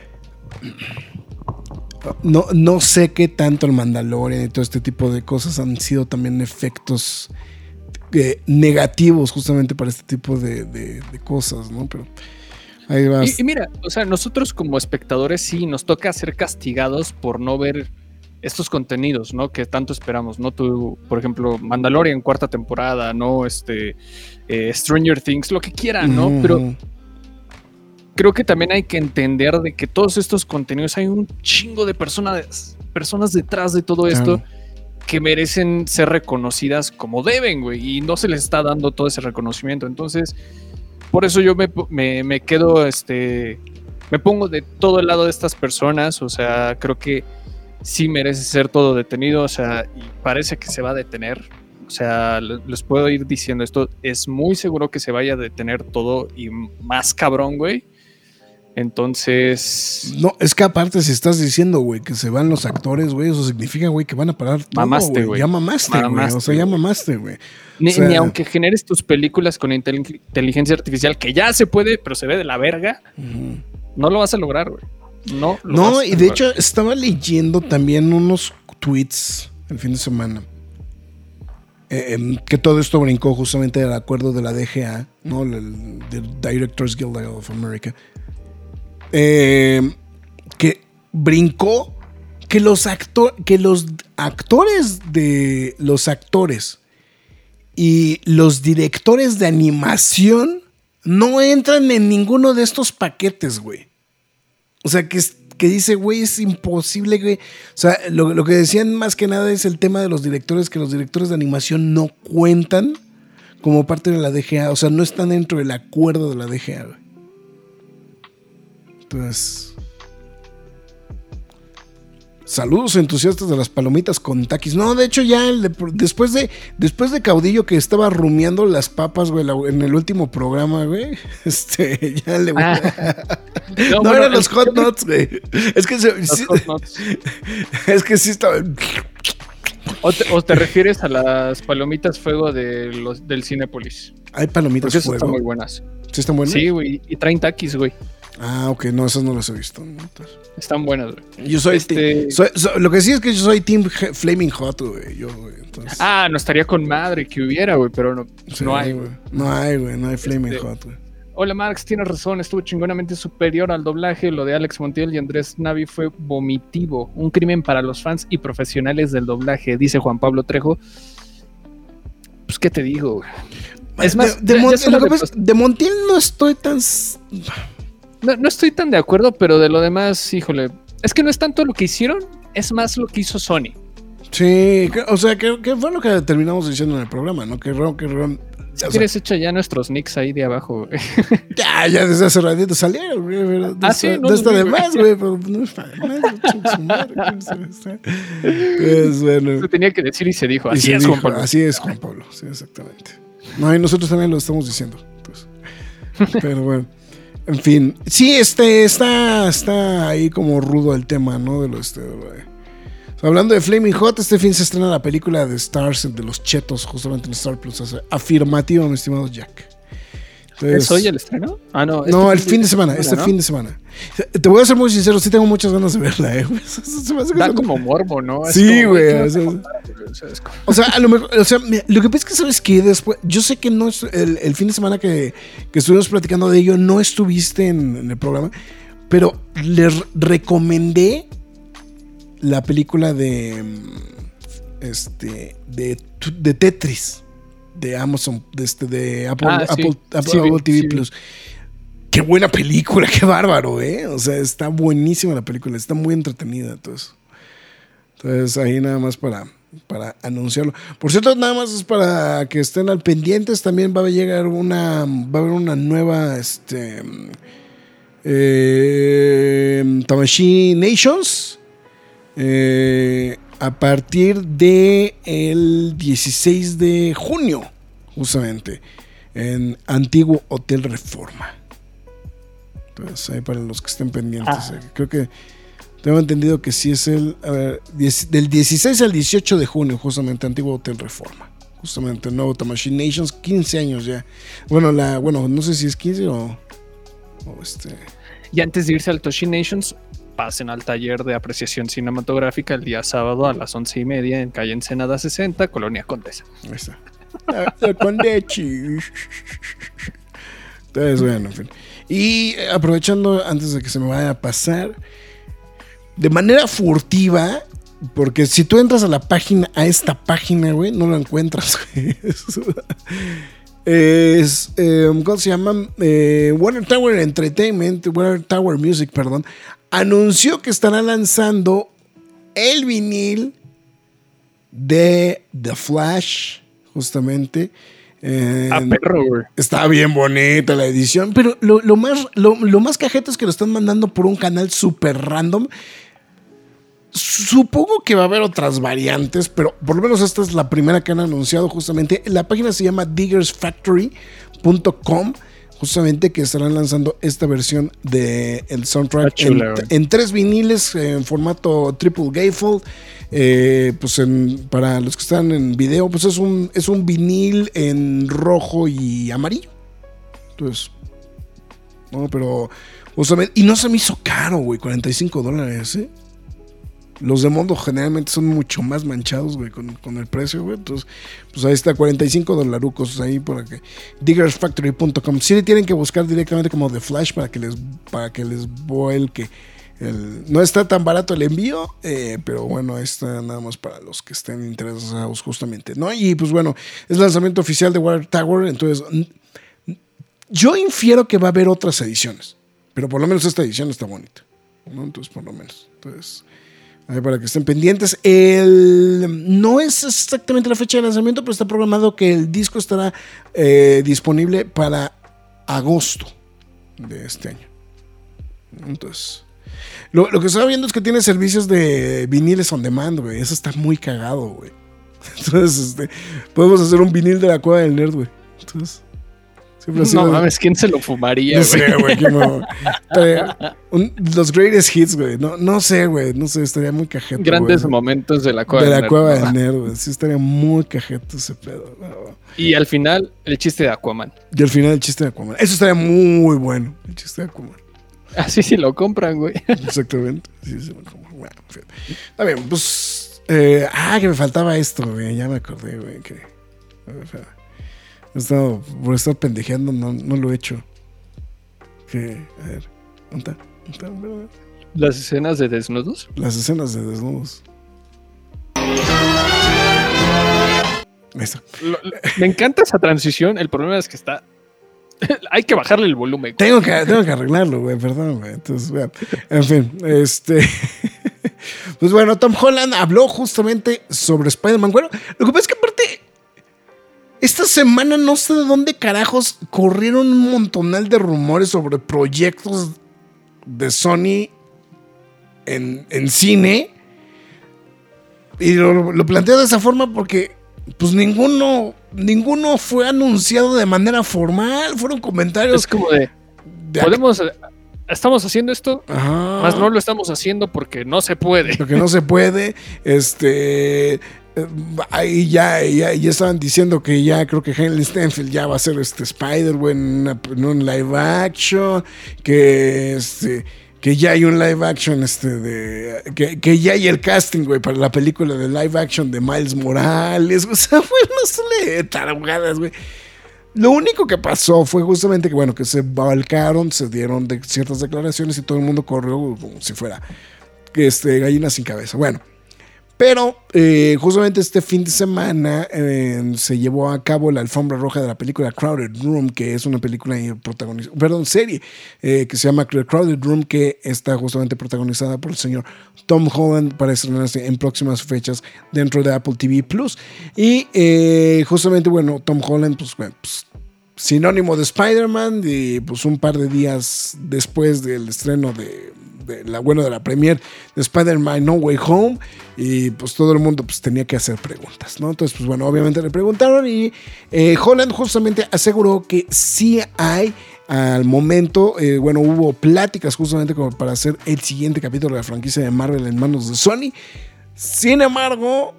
no, no sé qué tanto el Mandalorian y todo este tipo de cosas han sido también efectos eh, negativos justamente para este tipo de, de, de cosas, ¿no? Pero... Ahí vas.
Y, y mira, o sea, nosotros como espectadores sí nos toca ser castigados por no ver estos contenidos, ¿no? Que tanto esperamos, ¿no? Tú, por ejemplo, Mandalorian cuarta temporada, ¿no? Este, eh, Stranger Things, lo que quieran, ¿no? Mm. Pero creo que también hay que entender de que todos estos contenidos hay un chingo de personas, personas detrás de todo esto claro. que merecen ser reconocidas como deben, güey, y no se les está dando todo ese reconocimiento. Entonces... Por eso yo me, me, me quedo, este, me pongo de todo el lado de estas personas, o sea, creo que sí merece ser todo detenido, o sea, y parece que se va a detener, o sea, les puedo ir diciendo esto, es muy seguro que se vaya a detener todo y más cabrón, güey. Entonces...
No, es que aparte si estás diciendo, güey, que se van los actores, güey, eso significa, güey, que van a parar todo,
mamaste,
güey. Ya mamaste, güey, o sea, ya mamaste, güey.
Ni,
o sea,
ni aunque generes tus películas con inteligencia artificial, que ya se puede, pero se ve de la verga, uh-huh. no lo vas a lograr, güey. No, lo
no
vas a
y de
lograr.
hecho estaba leyendo también unos tweets el fin de semana. Eh, que todo esto brincó justamente del acuerdo de la D G A, ¿no? El, el Directors Guild of America. Eh, que brincó que los actor, que los actores de los actores y los directores de animación no entran en ninguno de estos paquetes, güey. O sea, que, que dice, güey, es imposible, güey. O sea, lo, lo que decían más que nada es el tema de los directores, que los directores de animación no cuentan como parte de la D G A. O sea, no están dentro del acuerdo de la D G A, güey. Entonces, saludos entusiastas de las palomitas con taquis. No, de hecho ya el de, después de después de Caudillo que estaba rumiando las papas, güey, la, en el último programa, güey. Este, ya le voy a... No, no bueno, eran los hot nuts, güey. Es que se, sí, es que sí estaba.
¿O te, ¿O te refieres a las palomitas fuego de los, del Cinépolis?
Hay palomitas
Porque
fuego.
Están muy buenas.
¿Sí están buenas?
Sí, güey, y traen taquis, güey.
Ah, ok, no, esas no las he visto, ¿no? Entonces,
están buenas, güey.
Yo soy, este... team, soy, soy lo que sí es que yo soy Team Flaming Hot, güey. Yo, güey. Entonces...
Ah, no estaría con madre que hubiera, güey, pero no,
sí,
no hay, güey.
No hay, güey, no hay Flaming este... Hot, güey.
Hola Marx, tienes razón, estuvo chingonamente superior al doblaje. Lo de Alex Montiel y Andrés Navi fue vomitivo. Un crimen para los fans y profesionales del doblaje, dice Juan Pablo Trejo. Pues, ¿qué te digo, güey?
Es más, de, de, Mon- de, de, pos- de Montiel no estoy tan...
No, no estoy tan de acuerdo, pero de lo demás, híjole, es que no es tanto lo que hicieron, es más lo que hizo Sony.
Sí, o sea, que, que fue lo que terminamos diciendo en el programa, ¿no? Que Ron, que Ron...
Si quieres, echa ya nuestros nicks ahí de abajo, güey.
Ya, ya desde hace ratito salieron, güey. De
ah, sí, no,
de esta de más, güey, pero no es para más. Pues bueno.
Se tenía que decir y se dijo. Así
se
es,
dijo,
Juan Pablo.
Así es, Juan Pablo. Sí, exactamente. No, y nosotros también lo estamos diciendo. Pues. Pero bueno. En fin. Sí, este, está, está ahí como rudo el tema, ¿no? De lo este, güey. Hablando de Flaming Hot, este fin se estrena la película de Stars, de los chetos, justamente en Star Plus. Afirmativo, mi estimado Jack.
Entonces, ¿es hoy el estreno? Ah, no.
Este no, el fin de semana, semana este ¿no? fin de semana. Te voy a ser muy sincero, sí tengo muchas ganas de verla, eh.
Se me hace que da como morbo, ¿no? Es
sí,
como,
güey. O sea, o, sea, como... o sea, a lo mejor, o sea, lo que pasa es que sabes que después, yo sé que no es el, el fin de semana que, que estuvimos platicando de ello, no estuviste en, en el programa, pero les recomendé la película de este de, de Tetris de Amazon, de este de Apple,
ah, sí.
Apple, Apple,
sí,
Apple T V
sí.
Plus. Qué buena película, qué bárbaro, eh. O sea, está buenísima la película, está muy entretenida, entonces. Entonces ahí nada más para, para anunciarlo. Por cierto, nada más es para que estén al pendientes. También va a llegar una, va a haber una nueva, este, eh, Tamashii Nations. Eh, a partir de el dieciséis de junio, justamente, en Antiguo Hotel Reforma. Entonces, ahí para los que estén pendientes,
Ah.
eh, creo que tengo entendido que sí es el, a ver, diez, del dieciséis al dieciocho de junio, justamente, Antiguo Hotel Reforma. Justamente, el nuevo Tamashii Nations, quince años ya. Bueno, la, bueno, no sé si es quince o, o este...
Y antes de irse al Toshi Nations, pasen al taller de apreciación cinematográfica el día sábado a las once y media en calle Ensenada sesenta, Colonia Condesa.
Ahí está. La, la Condechi. Entonces, bueno, en fin. Y eh, aprovechando, antes de que se me vaya a pasar, de manera furtiva, porque si tú entras a la página, a esta página, güey, no lo encuentras, güey. Es, eh, ¿cómo se llama? Eh, Warner Tower Entertainment, Warner Tower Music, perdón, anunció que estará lanzando el vinil de The Flash, justamente. Eh,
A perro, güey.
está bien bonita la edición, pero lo, lo más, lo, lo más cajeta es que lo están mandando por un canal súper random. Supongo que va a haber otras variantes, pero por lo menos esta es la primera que han anunciado justamente. La página se llama diggers factory punto com, justamente, que estarán lanzando esta versión del el soundtrack
chula,
en, en tres viniles en formato triple gatefold. Eh, pues en, para los que están en video, pues es un, es un vinil en rojo y amarillo. Entonces, no, pero justamente, y no se me hizo caro, güey, cuarenta y cinco dólares, ¿eh? Los de Mondo generalmente son mucho más manchados, güey, con, con el precio, güey. Entonces, pues ahí está, cuarenta y cinco dolarucos ahí para que diggers factory punto com. Sí le tienen que buscar directamente como The Flash para que les, para que les vuelque. El, no está tan barato el envío, eh, pero bueno, está nada más para los que estén interesados justamente, ¿no? Y pues bueno, es lanzamiento oficial de Warner Tower, entonces yo infiero que va a haber otras ediciones, pero por lo menos esta edición está bonita, ¿no? Entonces, por lo menos, entonces... Ahí para que estén pendientes. El, no es exactamente la fecha de lanzamiento, pero está programado que el disco estará eh, disponible para agosto de este año. Entonces, lo, lo que estaba viendo es que tiene servicios de viniles on demand, güey. Eso está muy cagado, güey. Entonces, este, podemos hacer un vinil de la Cueva del Nerd, güey. Entonces...
No mames, ¿quién se lo fumaría,
no
güey?
sé, güey. No, un, los greatest hits, güey. No, no sé, güey. No sé, estaría muy cajete.
Grandes
güey.
momentos de la Cueva
de
del
la
Nerd,
Cueva
¿no?
del Nerd, güey. Sí, estaría muy cajete ese pedo. No.
Y al final, el chiste de Aquaman.
Y al final, el chiste de Aquaman. Eso estaría muy bueno. El chiste de Aquaman.
Así sí lo compran, güey.
Exactamente. Sí, sí, bueno, está bien, pues. Eh, ah, que me faltaba esto, güey. Ya me acordé, güey. Que. O sea, he estado, por estar pendejeando, no, no lo he hecho. Que, a ver, ¿dónde está? ¿Dónde está?
Las escenas de desnudos.
Las escenas de desnudos. Ahí está.
Lo- lo- me encanta esa transición. El problema es que está. Hay que bajarle el volumen.
Tengo que, tengo que arreglarlo, güey, perdón, güey. Entonces, bueno, en fin, este. Pues bueno, Tom Holland habló justamente sobre Spider-Man. Bueno, lo que pasa es que aparte. Esta semana no sé de dónde carajos corrieron un montonal de rumores sobre proyectos de Sony en, en cine. Y lo, lo planteo de esa forma porque pues ninguno, ninguno fue anunciado de manera formal. Fueron comentarios
Es como de.
de
Podemos. Estamos haciendo esto,
Ajá.
más no lo estamos haciendo porque no se puede.
Porque no se puede. Este. eh, Ahí ya, ya, ya estaban diciendo que ya creo que Hailee Steinfeld ya va a ser este Spider, güey, en, una- en un live action. Que este. Que ya hay un live action, este, de. Que, que ya hay el casting, güey, para la película de live action de Miles Morales. O sea, güey, no se le tarugadas, güey. Lo único que pasó fue justamente que, bueno, que se volcaron, se dieron de ciertas declaraciones y todo el mundo corrió como si fuera este, gallina sin cabeza. Bueno, Pero eh, justamente este fin de semana eh, se llevó a cabo la alfombra roja de la película Crowded Room, que es una película protagonizada, perdón, serie eh, que se llama Crowded Room, que está justamente protagonizada por el señor Tom Holland para estrenarse en próximas fechas dentro de Apple T V Plus. Y eh, justamente, bueno, Tom Holland, pues, bueno, pues sinónimo de Spider-Man, y pues un par de días después del estreno de, de la bueno de la premier de Spider-Man No Way Home, y pues todo el mundo pues tenía que hacer preguntas, ¿no? Entonces, pues bueno, obviamente le preguntaron, y eh, Holland justamente aseguró que sí hay al momento, eh, bueno, hubo pláticas justamente como para hacer el siguiente capítulo de la franquicia de Marvel en manos de Sony. Sin embargo,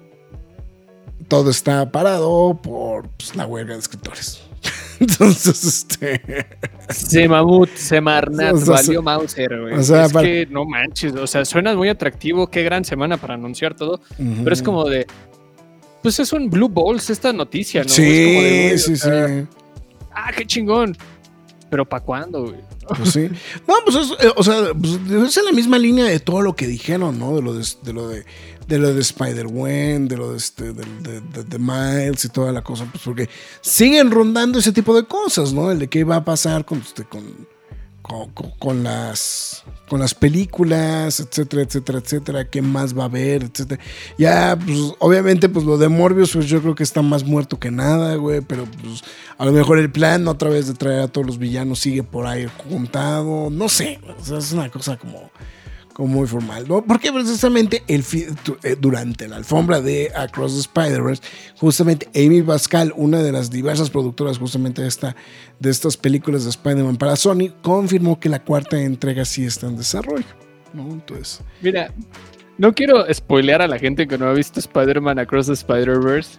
todo está parado por pues, la huelga de escritores. Entonces, este.
Se mamut, se marnat,
O sea,
valió Mauser, güey.
o sea,
es
para-
que no manches, o sea, suena muy atractivo, qué gran semana para anunciar todo,
Uh-huh.
pero es como de. Pues es un Blue Balls esta noticia, ¿no?
Sí,
es como de, güey,
sí,
o sea,
sí.
Ah, qué chingón. Pero ¿para cuándo, güey?
Pues sí. No, pues es, eh, o sea, pues, es en la misma línea de todo lo que dijeron, ¿no? De lo de, de lo de, de lo de Spider-Man, de lo de este, de, de, de, de Miles y toda la cosa, pues porque siguen rondando ese tipo de cosas, ¿no? El de qué va a pasar con, este, con, con, con, con las con las películas, etcétera, etcétera, etcétera, qué más va a haber, etcétera. Ya, pues, obviamente, pues lo de Morbius, pues yo creo que está más muerto que nada, güey, pero pues a lo mejor el plan otra vez de traer a todos los villanos sigue por ahí juntado, no sé, o sea, es una cosa como, como muy formal, ¿no? Porque precisamente el fi- tu- eh, durante la alfombra de Across the Spider-Verse, justamente Amy Pascal, una de las diversas productoras justamente de, esta, de estas películas de Spider-Man para Sony, confirmó que la cuarta entrega sí está en desarrollo, ¿no? Entonces,
Mira, no quiero spoilear a la gente que no ha visto Spider-Man Across the Spider-Verse,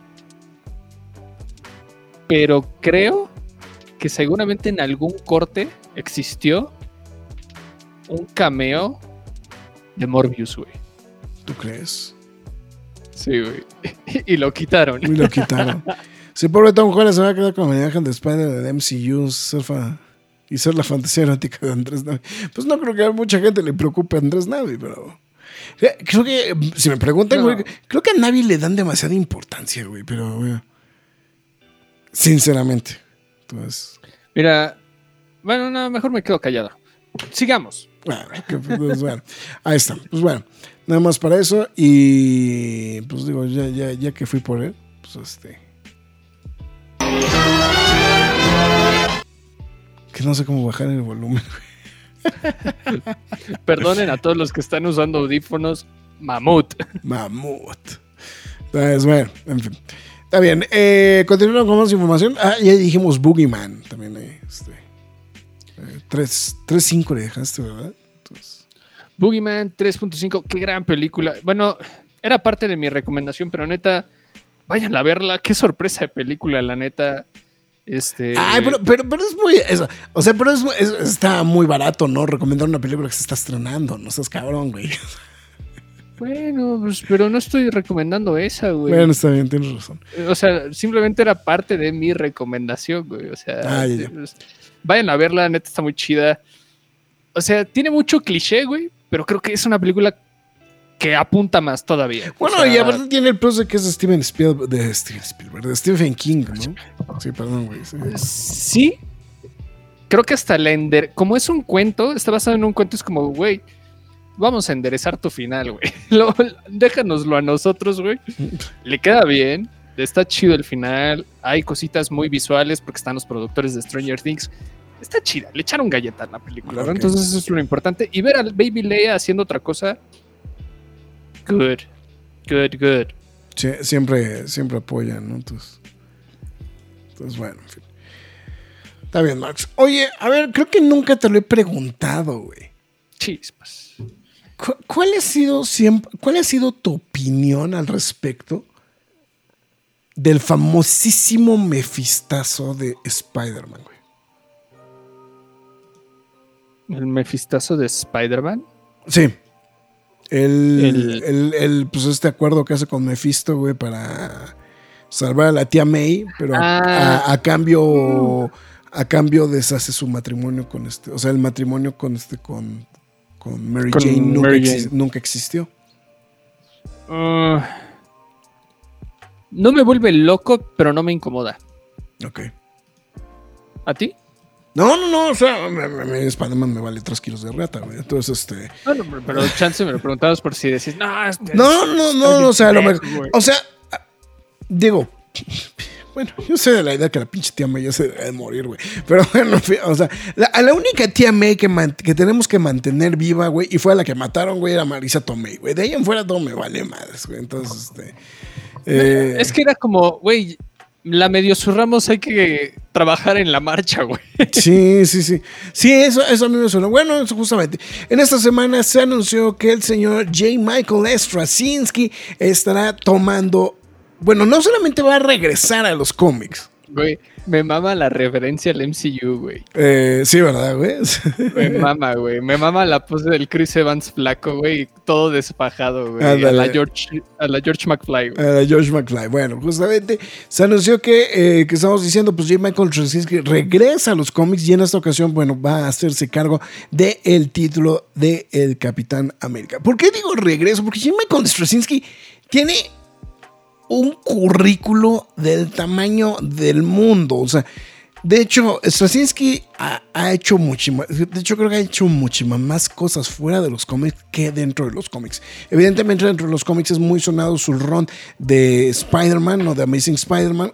pero creo que seguramente en algún corte existió un cameo de Morbius, güey.
¿tú crees?
Sí, güey. Y lo quitaron.
Y lo quitaron. Si pobre Tom Holland se va a quedar con la imagen de Spider del M C U ser fa- y ser la fantasía erótica de Andrés Navi. Pues no creo que a mucha gente le preocupe a Andrés Navi, pero eh, creo que, si me preguntan,
No.
güey, creo que a Navi le dan demasiada importancia, güey, pero güey, sinceramente. Entonces,
Mira, bueno, no, mejor me quedo callado. Sigamos.
bueno, que, pues, bueno, ahí está. Pues bueno, nada más para eso. Y pues digo, ya, ya, ya que fui por él, pues este. Que no sé cómo bajar el volumen.
Perdonen a todos los que están usando audífonos. Mamut.
Mamut. Entonces, bueno, en fin. Está bien. Eh, continuando con más información. Ah, ya dijimos Boogeyman también. Eh, este, eh, tres cinco le dejaste, ¿verdad? Entonces,
Boogeyman tres punto cinco, qué gran película. Bueno, era parte de mi recomendación, pero neta, vayan a verla. Qué sorpresa de película, la neta. Este.
ay, pero, pero, pero es muy. es- o sea, pero es, es- está muy barato, ¿no? Recomendar una película que se está estrenando. No seas cabrón, güey.
Bueno, pues, pero no estoy recomendando esa, güey.
Bueno, está bien, tienes razón.
O sea, simplemente era parte de mi recomendación, güey. O sea,
Ah, ya, ya.
pues, vayan a verla, neta está muy chida. O sea, tiene mucho cliché, güey, pero creo que es una película que apunta más todavía. O
Bueno,
sea,
y aparte tiene el plus de que es de Steven Spielberg, de Steven Spielberg, de Stephen King, ¿no? Sí, perdón, güey. Sí.
sí, creo que hasta la ender... Como es un cuento, está basado en un cuento, es como, güey, vamos a enderezar tu final, güey. Lo- Déjanoslo a nosotros, güey. Le queda bien, está chido el final, hay cositas muy visuales porque están los productores de Stranger Things. Está chida, le echaron galleta a la película, ¿no?
Ok.
Entonces eso es lo importante. Y ver al Baby Leia haciendo otra cosa, good, good, good.
Sí, siempre, siempre apoyan, ¿no? Entonces, entonces, bueno, en fin. Está bien, Max. Oye, a ver, creo que nunca te lo he preguntado, güey.
Chispas.
¿Cu- ¿Cuál ha sido siempre, cuál ha sido tu opinión al respecto del famosísimo mefistazo de Spider-Man, güey?
El mefistazo de Spider-Man.
Sí. El,
El-
el, el, pues este acuerdo que hace con Mephisto, güey, para salvar a la tía May, pero a,
Ah.
a- a cambio a cambio deshace su matrimonio con este, o sea, el matrimonio con este con, con Mary
Con
Jane nunca,
Mary
exi-
Jane.
nunca existió.
Uh, no me vuelve loco, pero no me incomoda.
Ok.
¿A ti?
No, no, no, o sea, Spider-Man me vale tres kilos de rata, güey. Entonces, este...
No, no, pero chance me lo preguntabas por si decís, no, es,
no, no, no, no, o sea, lo mejor, o sea, digo, bueno, yo sé de la idea que la pinche tía May ya se debe de morir, güey. Pero bueno, o sea, la, a la única tía May que, man, que tenemos que mantener viva, güey, y fue a la que mataron, güey, era Marisa Tomei, güey. De ahí en fuera todo me vale madres, güey. Entonces, este... Eh...
Es que era como, güey... La medio zurramos, hay que trabajar en la marcha, güey.
Sí, sí, sí. Sí, eso, eso a mí me suena. Bueno, eso justamente. En esta semana se anunció que el señor J. Michael Straczynski estará tomando... Bueno, no solamente va a regresar a los cómics.
Güey, me mama la referencia al M C U, güey.
Eh, sí, ¿verdad, güey?
Me mama, güey. Me mama la pose del Chris Evans flaco, güey. Todo despajado, güey. A la George, a la George McFly, güey.
A la George McFly. Bueno, justamente se anunció que, eh, que estamos diciendo, pues J. Michael Straczynski regresa a los cómics y en esta ocasión, bueno, va a hacerse cargo del título de el Capitán América. ¿Por qué digo regreso? Porque J. Michael Straczynski tiene... un currículo del tamaño del mundo. O sea, de hecho, Straczynski ha, ha hecho muchísimas, de hecho creo que ha hecho muchísimas más cosas fuera de los cómics que dentro de los cómics. Evidentemente dentro de los cómics es muy sonado su run de Spider-Man o de Amazing Spider-Man,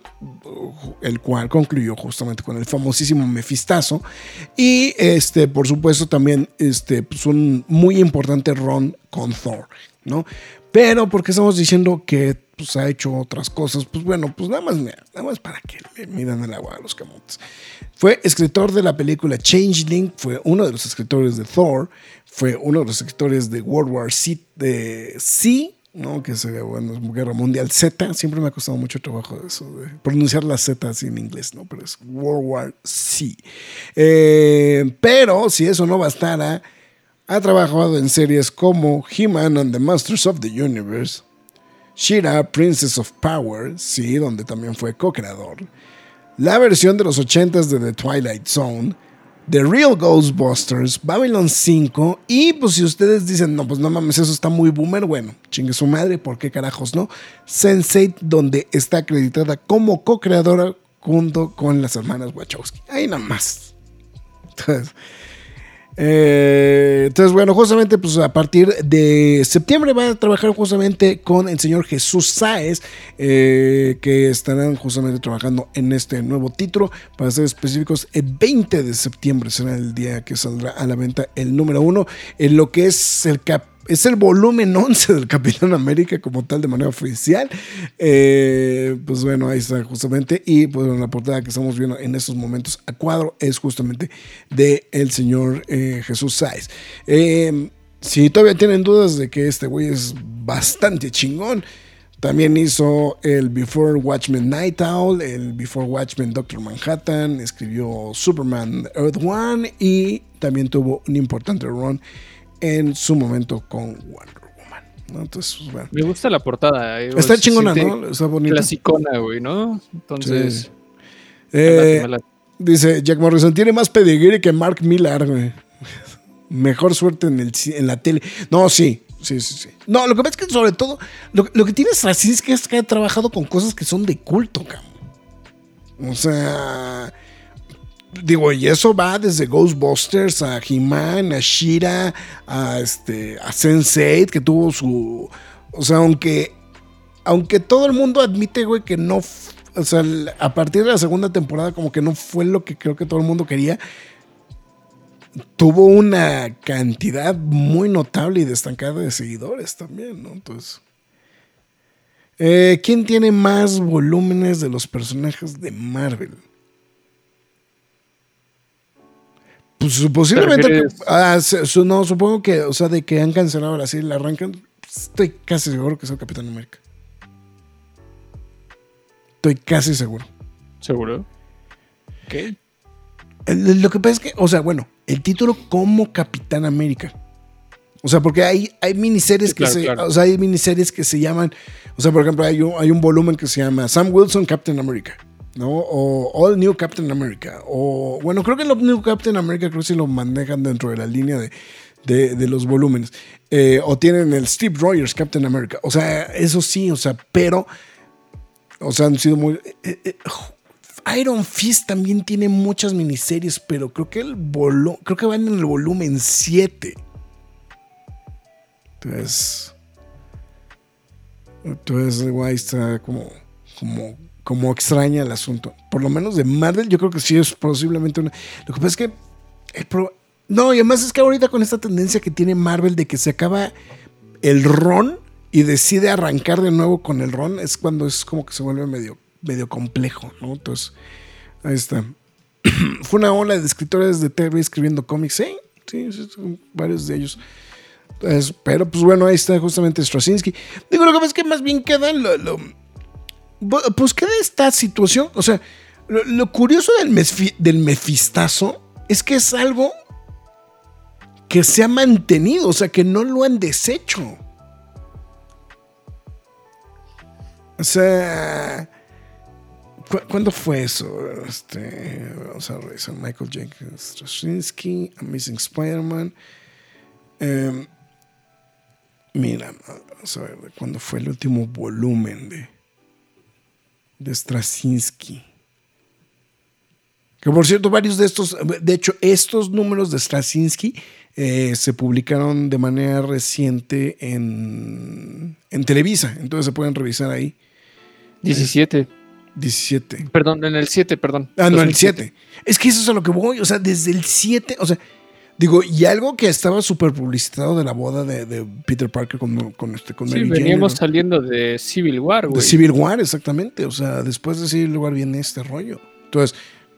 el cual concluyó justamente con el famosísimo Mefistazo. Y este, por supuesto también este, pues un muy importante run con Thor, ¿no? Pero porque estamos diciendo que pues, ha hecho otras cosas, pues bueno, pues nada más, nada más para que le midan el agua a los camotes. Fue escritor de la película Changeling, fue uno de los escritores de Thor, fue uno de los escritores de World War Z, de C, ¿no? Que es, bueno, Guerra Mundial Z. Siempre me ha costado mucho trabajo eso, de pronunciar las Z así en inglés, ¿no? Pero es World War Z. Eh, pero si eso no bastara, ha trabajado en series como He-Man and the Masters of the Universe, She-Ra, Princess of Power, sí, donde también fue co-creador, la versión de los ochentas de The Twilight Zone, The Real Ghostbusters, Babylon cinco, y pues si ustedes dicen, no, pues no mames, eso está muy boomer, bueno, chingue su madre, ¿por qué carajos no? sense eight, donde está acreditada como co-creadora junto con las hermanas Wachowski. Ahí nada más. Entonces... Eh, entonces, bueno, justamente pues a partir de septiembre va a trabajar justamente con el señor Jesús Sáez, eh, que estarán justamente trabajando en este nuevo título. Para ser específicos, el veinte de septiembre será el día que saldrá a la venta el número uno, en lo que es el cap Es el volumen once del Capitán América como tal de manera oficial. Eh, pues bueno, ahí está justamente. Y pues bueno, la portada que estamos viendo en estos momentos a cuadro es justamente de el señor eh, Jesús Sáez. Eh, si todavía tienen dudas de que este güey es bastante chingón, también hizo el Before Watchmen Night Owl, el Before Watchmen Doctor Manhattan, escribió Superman Earth One y también tuvo un importante run en su momento con Wonder Woman, ¿no? Entonces, bueno.
Me gusta la portada. Eh,
está chingona, ¿no? Está bonita.
Clasicona, güey, ¿no? Entonces...
Sí. Eh, me late, me late. Dice Jack Morrison, tiene más pedigree que Mark Millar, güey. Mejor suerte en, el, en la tele. No, sí. Sí, sí, sí. No, lo que pasa es que sobre todo, lo, lo que tiene Straczynski es que, es que ha trabajado con cosas que son de culto, cabrón. O sea... Digo, y eso va desde Ghostbusters a He-Man, a She-Ra, a, este, a sense eight, que tuvo su... O sea, aunque, aunque todo el mundo admite, güey, que no... O sea, a partir de la segunda temporada como que no fue lo que creo que todo el mundo quería. Tuvo una cantidad muy notable y destacada de seguidores también, ¿no? Entonces... Eh, ¿quién tiene más volúmenes de los personajes de Marvel? Pues posiblemente, ah, su, no, supongo que, o sea, de que han cancelado la serie, la arrancan, estoy casi seguro que es el Capitán América. Estoy casi seguro.
¿Seguro? ¿Qué?
El, lo que pasa es que, o sea, bueno, el título como Capitán América. O sea, porque hay, hay miniseries sí, que claro, se, claro. O sea, hay miniseries que se llaman, o sea, por ejemplo, hay un, hay un volumen que se llama Sam Wilson, Captain America, ¿no? O All New Captain America. O, bueno, creo que el New Captain America creo que sí lo manejan dentro de la línea de de, de los volúmenes. Eh, o tienen el Steve Rogers, Captain America. O sea, eso sí, o sea, pero, o sea, han sido muy... Eh, eh, Iron Fist también tiene muchas miniseries, pero creo que el volu- creo que van en el volumen siete. Entonces, entonces, guay, está como, como, como extraña el asunto. Por lo menos de Marvel, yo creo que sí es posiblemente una. Lo que pasa es que el pro- no, y además es que ahorita con esta tendencia que tiene Marvel de que se acaba el ron y decide arrancar de nuevo con el ron, es cuando es como que se vuelve medio, medio complejo, ¿no? Entonces, ahí está. Fue una ola de escritores de T V escribiendo cómics, ¿sí? Sí, sí, sí, varios de ellos. Entonces, pero pues bueno, ahí está justamente Straczynski. Digo, lo que pasa es que más bien queda lo, lo, pues queda esta situación. O sea, lo, lo curioso del, mesfi, del mefistazo es que es algo que se ha mantenido, o sea, que no lo han deshecho. O sea, ¿cu- ¿cuándo fue eso? Este, vamos a revisar. Michael Jenkins, Straczynski, Amazing Spider-Man. Eh, mira, vamos a ver cuándo fue el último volumen de, de Straczynski. Que por cierto, varios de estos, de hecho, estos números de Straczynski eh, se publicaron de manera reciente en, en Televisa, entonces se pueden revisar ahí.
diecisiete.
diecisiete.
Perdón, en el siete, perdón.
Ah, no, el siete. Es que eso es a lo que voy, o sea, desde el siete, o sea, digo, y algo que estaba súper publicitado de la boda de, de Peter Parker con, con, este, con
Sí,
Mary
veníamos
Jane, ¿no?
Saliendo de Civil War, güey.
De Civil War, exactamente. O sea, después de Civil War viene este rollo. Entonces,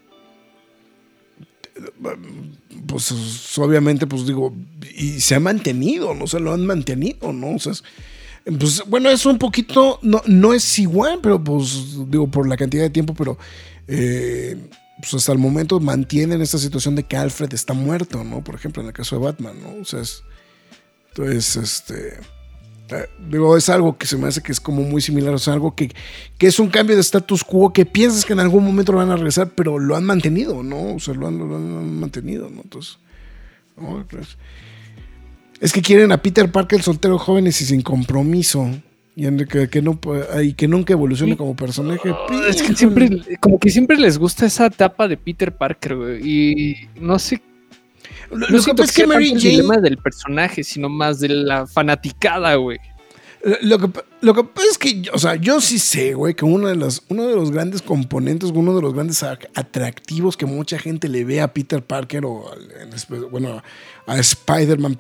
pues obviamente, pues digo, y se ha mantenido, ¿no? O sea, lo han mantenido, ¿no? O sea, es, pues bueno, es un poquito, no, no es igual, pero pues digo, por la cantidad de tiempo, pero eh, pues hasta el momento mantienen esta situación de que Alfred está muerto, ¿no? Por ejemplo, en el caso de Batman, ¿no? O sea, es, entonces, este... Eh, digo, es algo que se me hace que es como muy similar, o sea, algo que, que es un cambio de status quo que piensas que en algún momento lo van a regresar, pero lo han mantenido, ¿no? O sea, lo han, lo han mantenido, ¿no? Entonces, ¿no? Pues, es que quieren a Peter Parker soltero, jóvenes y sin compromiso, y que, que, no, y que nunca evolucione como personaje.
Es que siempre, como que siempre les gusta esa etapa de Peter Parker, güey, y no sé.
Lo,
No
lo
siento
que pasa es que Mary
el
Jane,
dilema del personaje, sino más de la fanaticada, güey.
Lo que, lo que pasa es que, o sea, yo sí sé, güey, que uno de, los, uno de los grandes componentes, uno de los grandes atractivos que mucha gente le ve a Peter Parker o, bueno, a Spider-Man,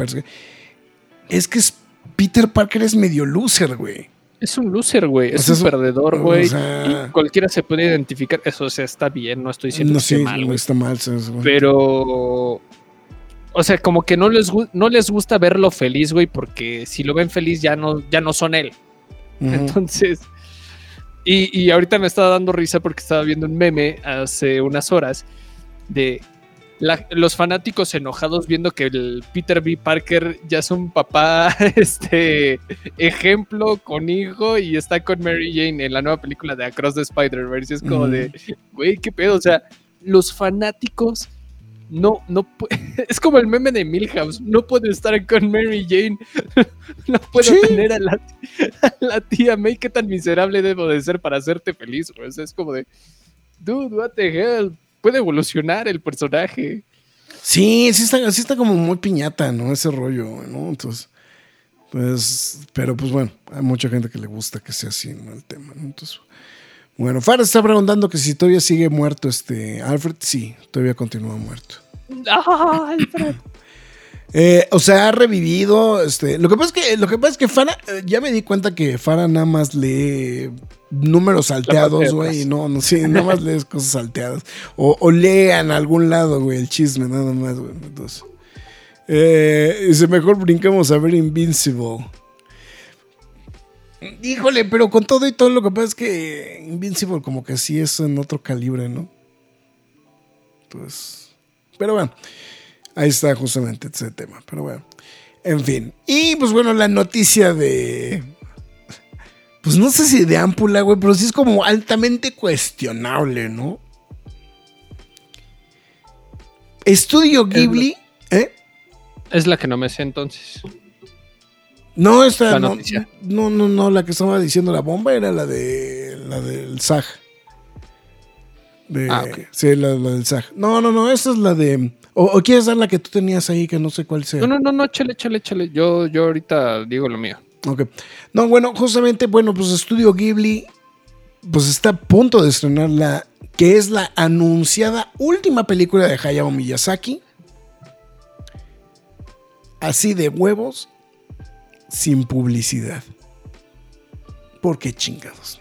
es que es, Peter Parker es medio loser, güey.
Es un loser, güey. Es
o sea,
un
es,
perdedor, güey.
O sea,
y cualquiera se puede identificar. Eso, o sea, está bien, no estoy diciendo
no,
que
sí,
esté mal,
no
güey.
está mal. Sí, sí,
pero... O sea, como que no les, no les gusta verlo feliz, güey, porque si lo ven feliz ya no, ya no son él. Uh-huh. Entonces... Y, y ahorita me estaba dando risa porque estaba viendo un meme hace unas horas de... La, los fanáticos enojados viendo que el Peter B. Parker ya es un papá este ejemplo con hijo y está con Mary Jane en la nueva película de Across the Spider-Verse. Es como mm. de, güey, qué pedo. O sea, los fanáticos no, no es como el meme de Milhouse. No puede estar con Mary Jane. No puedo ¿Sí? tener a la, a la tía May. ¿Qué tan miserable debo de ser para hacerte feliz? Güey? O sea, es como de, dude, what the hell. Puede evolucionar el personaje.
Sí, sí está, sí está como muy piñata, ¿no? Ese rollo, ¿no? Entonces, pues, pero pues bueno, hay mucha gente que le gusta que sea así, ¿no? El tema, ¿no? Entonces, bueno, Farah está preguntando que si todavía sigue muerto este Alfred. Sí, todavía continúa muerto.
¡Ah, Alfred!
Eh, o sea, ha revivido. Este, lo que pasa es que, lo que pasa es que Farah, eh, ya me di cuenta que Farah nada más lee números salteados, güey. No, no, sí, nada más lees cosas salteadas. O, o lee en algún lado, güey, el chisme, nada más, güey. Entonces, eh, dice, mejor brincamos a ver Invincible. Híjole, pero con todo y todo, lo que pasa es que Invincible, como que sí es en otro calibre, ¿no? Entonces, pero bueno. Ahí está justamente ese tema, pero bueno. En fin. Y pues bueno, la noticia de... Pues no sé si de ámpula, güey, pero sí es como altamente cuestionable, ¿no? Estudio Ghibli, ¿eh?
Es la que no me sé entonces.
No, esta
La
no,
noticia.
no, no, no, la que estaba diciendo la bomba era la de la del S A G. De,
Ah, ok.
Sí, la, la del S A G. No, no, no, esa es la de. O, o quieres dar la que tú tenías ahí, que no sé cuál sea.
No, no, no, no, échale, échale, échale. Yo, yo ahorita digo lo mío.
Ok. No, bueno, justamente, bueno, pues Estudio Ghibli, pues está a punto de estrenar la que es la anunciada última película de Hayao Miyazaki. Así de huevos, sin publicidad. ¿Por qué chingados?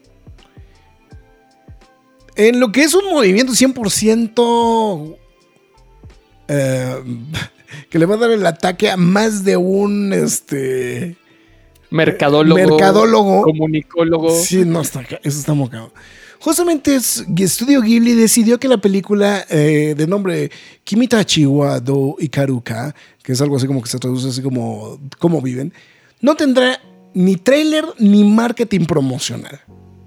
En lo que es un movimiento cien por ciento eh, que le va a dar el ataque a más de un este
Mercadólogo.
mercadólogo.
Comunicólogo.
Sí, no, está, eso está mocado. Justamente es, Estudio Ghibli decidió que la película eh, de nombre Kimitachi wa do Ikaruka, que es algo así como que se traduce así como cómo viven, no tendrá ni tráiler ni marketing promocional.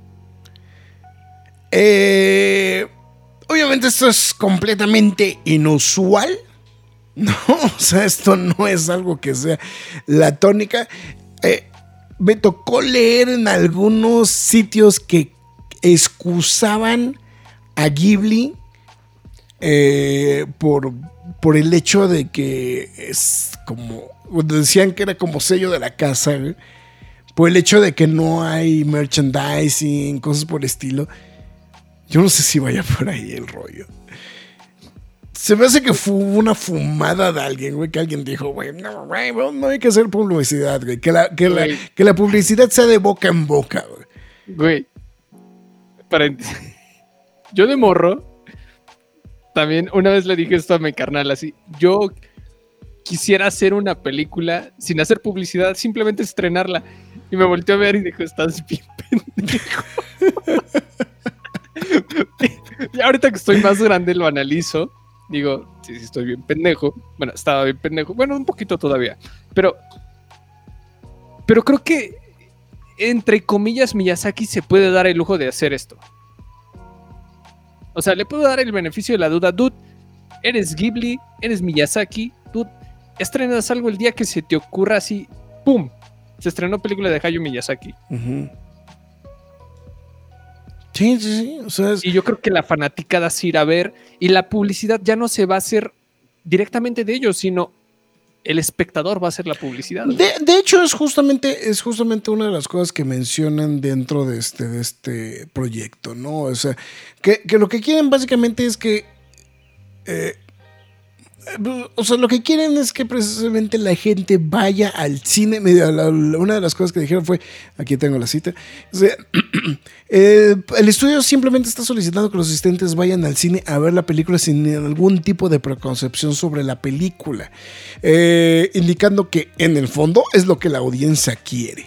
Eh, obviamente esto es completamente inusual, ¿no? O sea, esto no es algo que sea la tónica. Eh, me tocó leer en algunos sitios que excusaban a Ghibli eh, por, por el hecho de que es como, decían que era como sello de la casa, ¿eh? Por el hecho de que no hay merchandising, cosas por el estilo. Yo no sé si vaya por ahí el rollo. Se me hace que fue una fumada de alguien, güey, que alguien dijo, güey, no, güey, no hay que hacer publicidad, güey, que la, que la, que la publicidad sea de boca en boca, güey.
Güey. Paréntesis. Yo de morro, también una vez le dije esto a mi carnal así, yo quisiera hacer una película sin hacer publicidad, simplemente estrenarla. Y me volteó a ver y dijo, estás bien pendejo. Y ahorita que estoy más grande lo analizo. Digo, sí, sí estoy bien pendejo. Bueno, estaba bien pendejo. Bueno, un poquito todavía. Pero, pero creo que, entre comillas, Miyazaki se puede dar el lujo de hacer esto. O sea, le puedo dar el beneficio de la duda. Dude, eres Ghibli, eres Miyazaki. Dude, estrenas algo el día que se te ocurra así. ¡Pum! Se estrenó película de Hayao Miyazaki.
Uh-huh. Sí, sí, sí. O sea, es...
Y yo creo que la fanaticada se irá a ver. Y la publicidad ya no se va a hacer directamente de ellos, sino el espectador va a hacer la publicidad.
De, de hecho, es justamente, es justamente una de las cosas que mencionan dentro de este, de este proyecto, ¿no? O sea, que, que lo que quieren básicamente es que. Eh, o sea, lo que quieren es que precisamente la gente vaya al cine. Una de las cosas que dijeron fue, aquí tengo la cita, o sea, eh, el estudio simplemente está solicitando que los asistentes vayan al cine a ver la película sin algún tipo de preconcepción sobre la película, eh, indicando que en el fondo es lo que la audiencia quiere.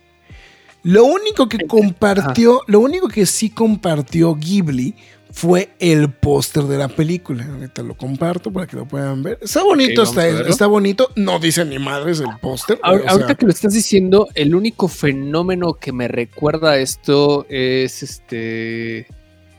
Lo único que compartió, lo único que sí compartió Ghibli fue el póster de la película. Ahorita lo comparto para que lo puedan ver. Está bonito, okay, está, está bonito. No dice ni madres el póster.
Ahorita o sea, que lo estás diciendo, el único fenómeno que me recuerda a esto es este.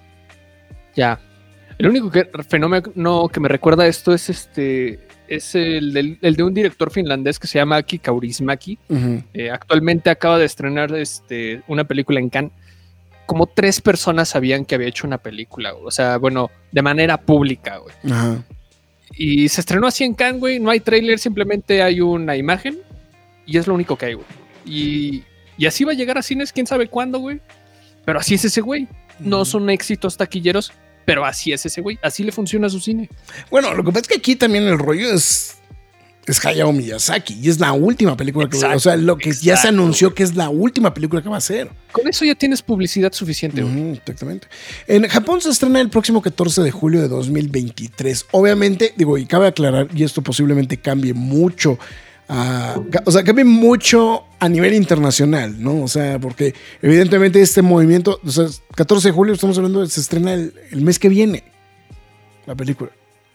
Ya. El único que, fenómeno que me recuerda a esto es este. Es el, del, el de un director finlandés que se llama Aki Kaurismäki. Uh-huh. Eh, actualmente acaba de estrenar este, una película en Cannes. Como tres personas sabían que había hecho una película, güey. O sea, bueno, de manera pública, güey. Ajá. Y se estrenó así en Cannes, güey. No hay tráiler, simplemente hay una imagen. Y es lo único que hay, güey. Y, y así va a llegar a cines, quién sabe cuándo, güey. Pero así es ese güey. No son éxitos taquilleros, pero así es ese güey. Así le funciona a su cine.
Bueno, lo que pasa es que aquí también el rollo es... Es Hayao Miyazaki y es la última película que va a hacer. O sea, lo que exacto, ya se anunció que es la última película que va a hacer.
Con eso ya tienes publicidad suficiente.
Uh-huh, exactamente. En Japón se estrena el próximo catorce de julio de dos mil veintitrés. Obviamente, digo, y cabe aclarar, y esto posiblemente cambie mucho, uh, o sea, cambie mucho a nivel internacional, ¿no? O sea, porque evidentemente este movimiento, o sea, catorce de julio, estamos hablando, de, se estrena el, el mes que viene la película.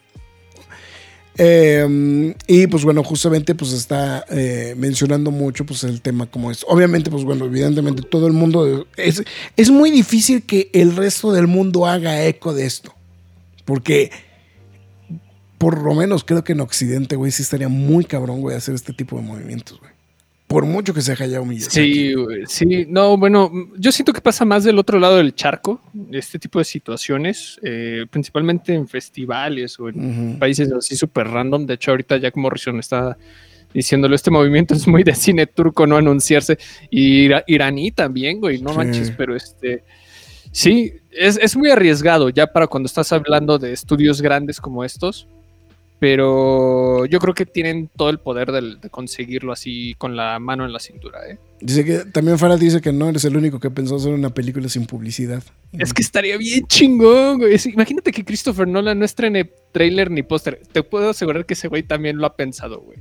Eh, y pues bueno, justamente pues está eh, mencionando mucho pues el tema como es. Obviamente pues bueno, evidentemente todo el mundo es, es muy difícil que el resto del mundo haga eco de esto, porque por lo menos creo que en Occidente, güey, sí estaría muy cabrón, güey, hacer este tipo de movimientos, güey. Por mucho que se haya Hayao Miyazaki.
Sí, güey, sí. No, bueno, yo siento que pasa más del otro lado del charco, este tipo de situaciones, eh, principalmente en festivales o en uh-huh. países así súper random. De hecho, ahorita Jack Morrison está diciéndolo, este movimiento es muy de cine turco, no anunciarse. Y ira- iraní también, güey, no sí. manches, pero este... Sí, es, es muy arriesgado ya para cuando estás hablando de estudios grandes como estos. Pero yo creo que tienen todo el poder de, de conseguirlo así con la mano en la cintura, ¿eh?
Dice que también Farah dice que no eres el único que pensó hacer una película sin publicidad.
Es que estaría bien chingón, güey. Imagínate que Christopher Nolan no estrene trailer ni póster. Te puedo asegurar que ese güey también lo ha pensado, güey.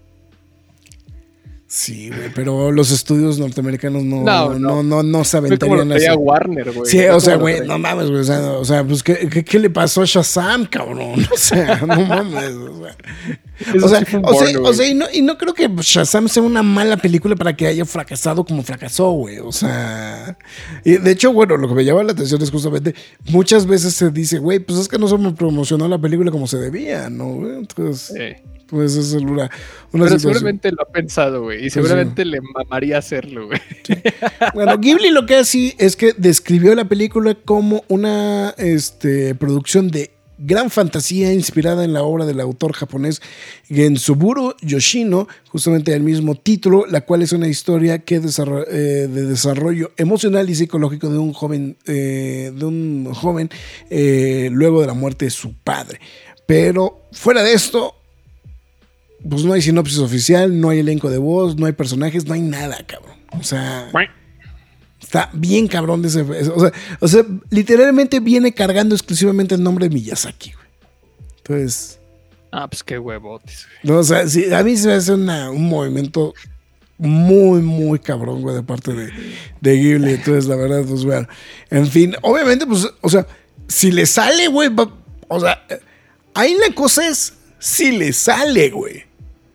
Sí, güey, pero los estudios norteamericanos no, no, no, no, no, no se aventarían
así. A Warner, güey.
Sí, o sea, güey, no mames, güey. O sea, o sea pues, ¿qué, qué, ¿qué le pasó a Shazam, cabrón? O sea, no mames. O sea, o sea, sí o porno, sea, o sea y, no, y no creo que Shazam sea una mala película para que haya fracasado como fracasó, güey. O sea, y de hecho, bueno, lo que me llama la atención es justamente muchas veces se dice, güey, pues es que no se me promocionó la película como se debía, ¿no, güey? Entonces... Sí. Pues es una, una
Pero
situación.
Seguramente lo ha pensado, güey. Y seguramente pues sí. le mamaría hacerlo, güey.
Sí. Bueno, Ghibli lo que hace es que describió la película como una este, producción de gran fantasía inspirada en la obra del autor japonés Gensuburo Yoshino, justamente el mismo título, la cual es una historia que desarro- eh, de desarrollo emocional y psicológico de un joven, eh, de un joven eh, luego de la muerte de su padre. Pero fuera de esto, pues no hay sinopsis oficial, no hay elenco de voz, no hay personajes, no hay nada, cabrón. O sea, está bien cabrón de ese... O sea, o sea, literalmente viene cargando exclusivamente el nombre de Miyazaki, güey. Entonces...
Ah, pues qué huevotes, güey.
No, o sea, sí, a mí se me hace una, un movimiento muy, muy cabrón, güey, de parte de, de Ghibli. Entonces, la verdad, pues, bueno. En fin, obviamente, pues, o sea, si le sale, güey, o sea, ahí la cosa es si le sale, güey.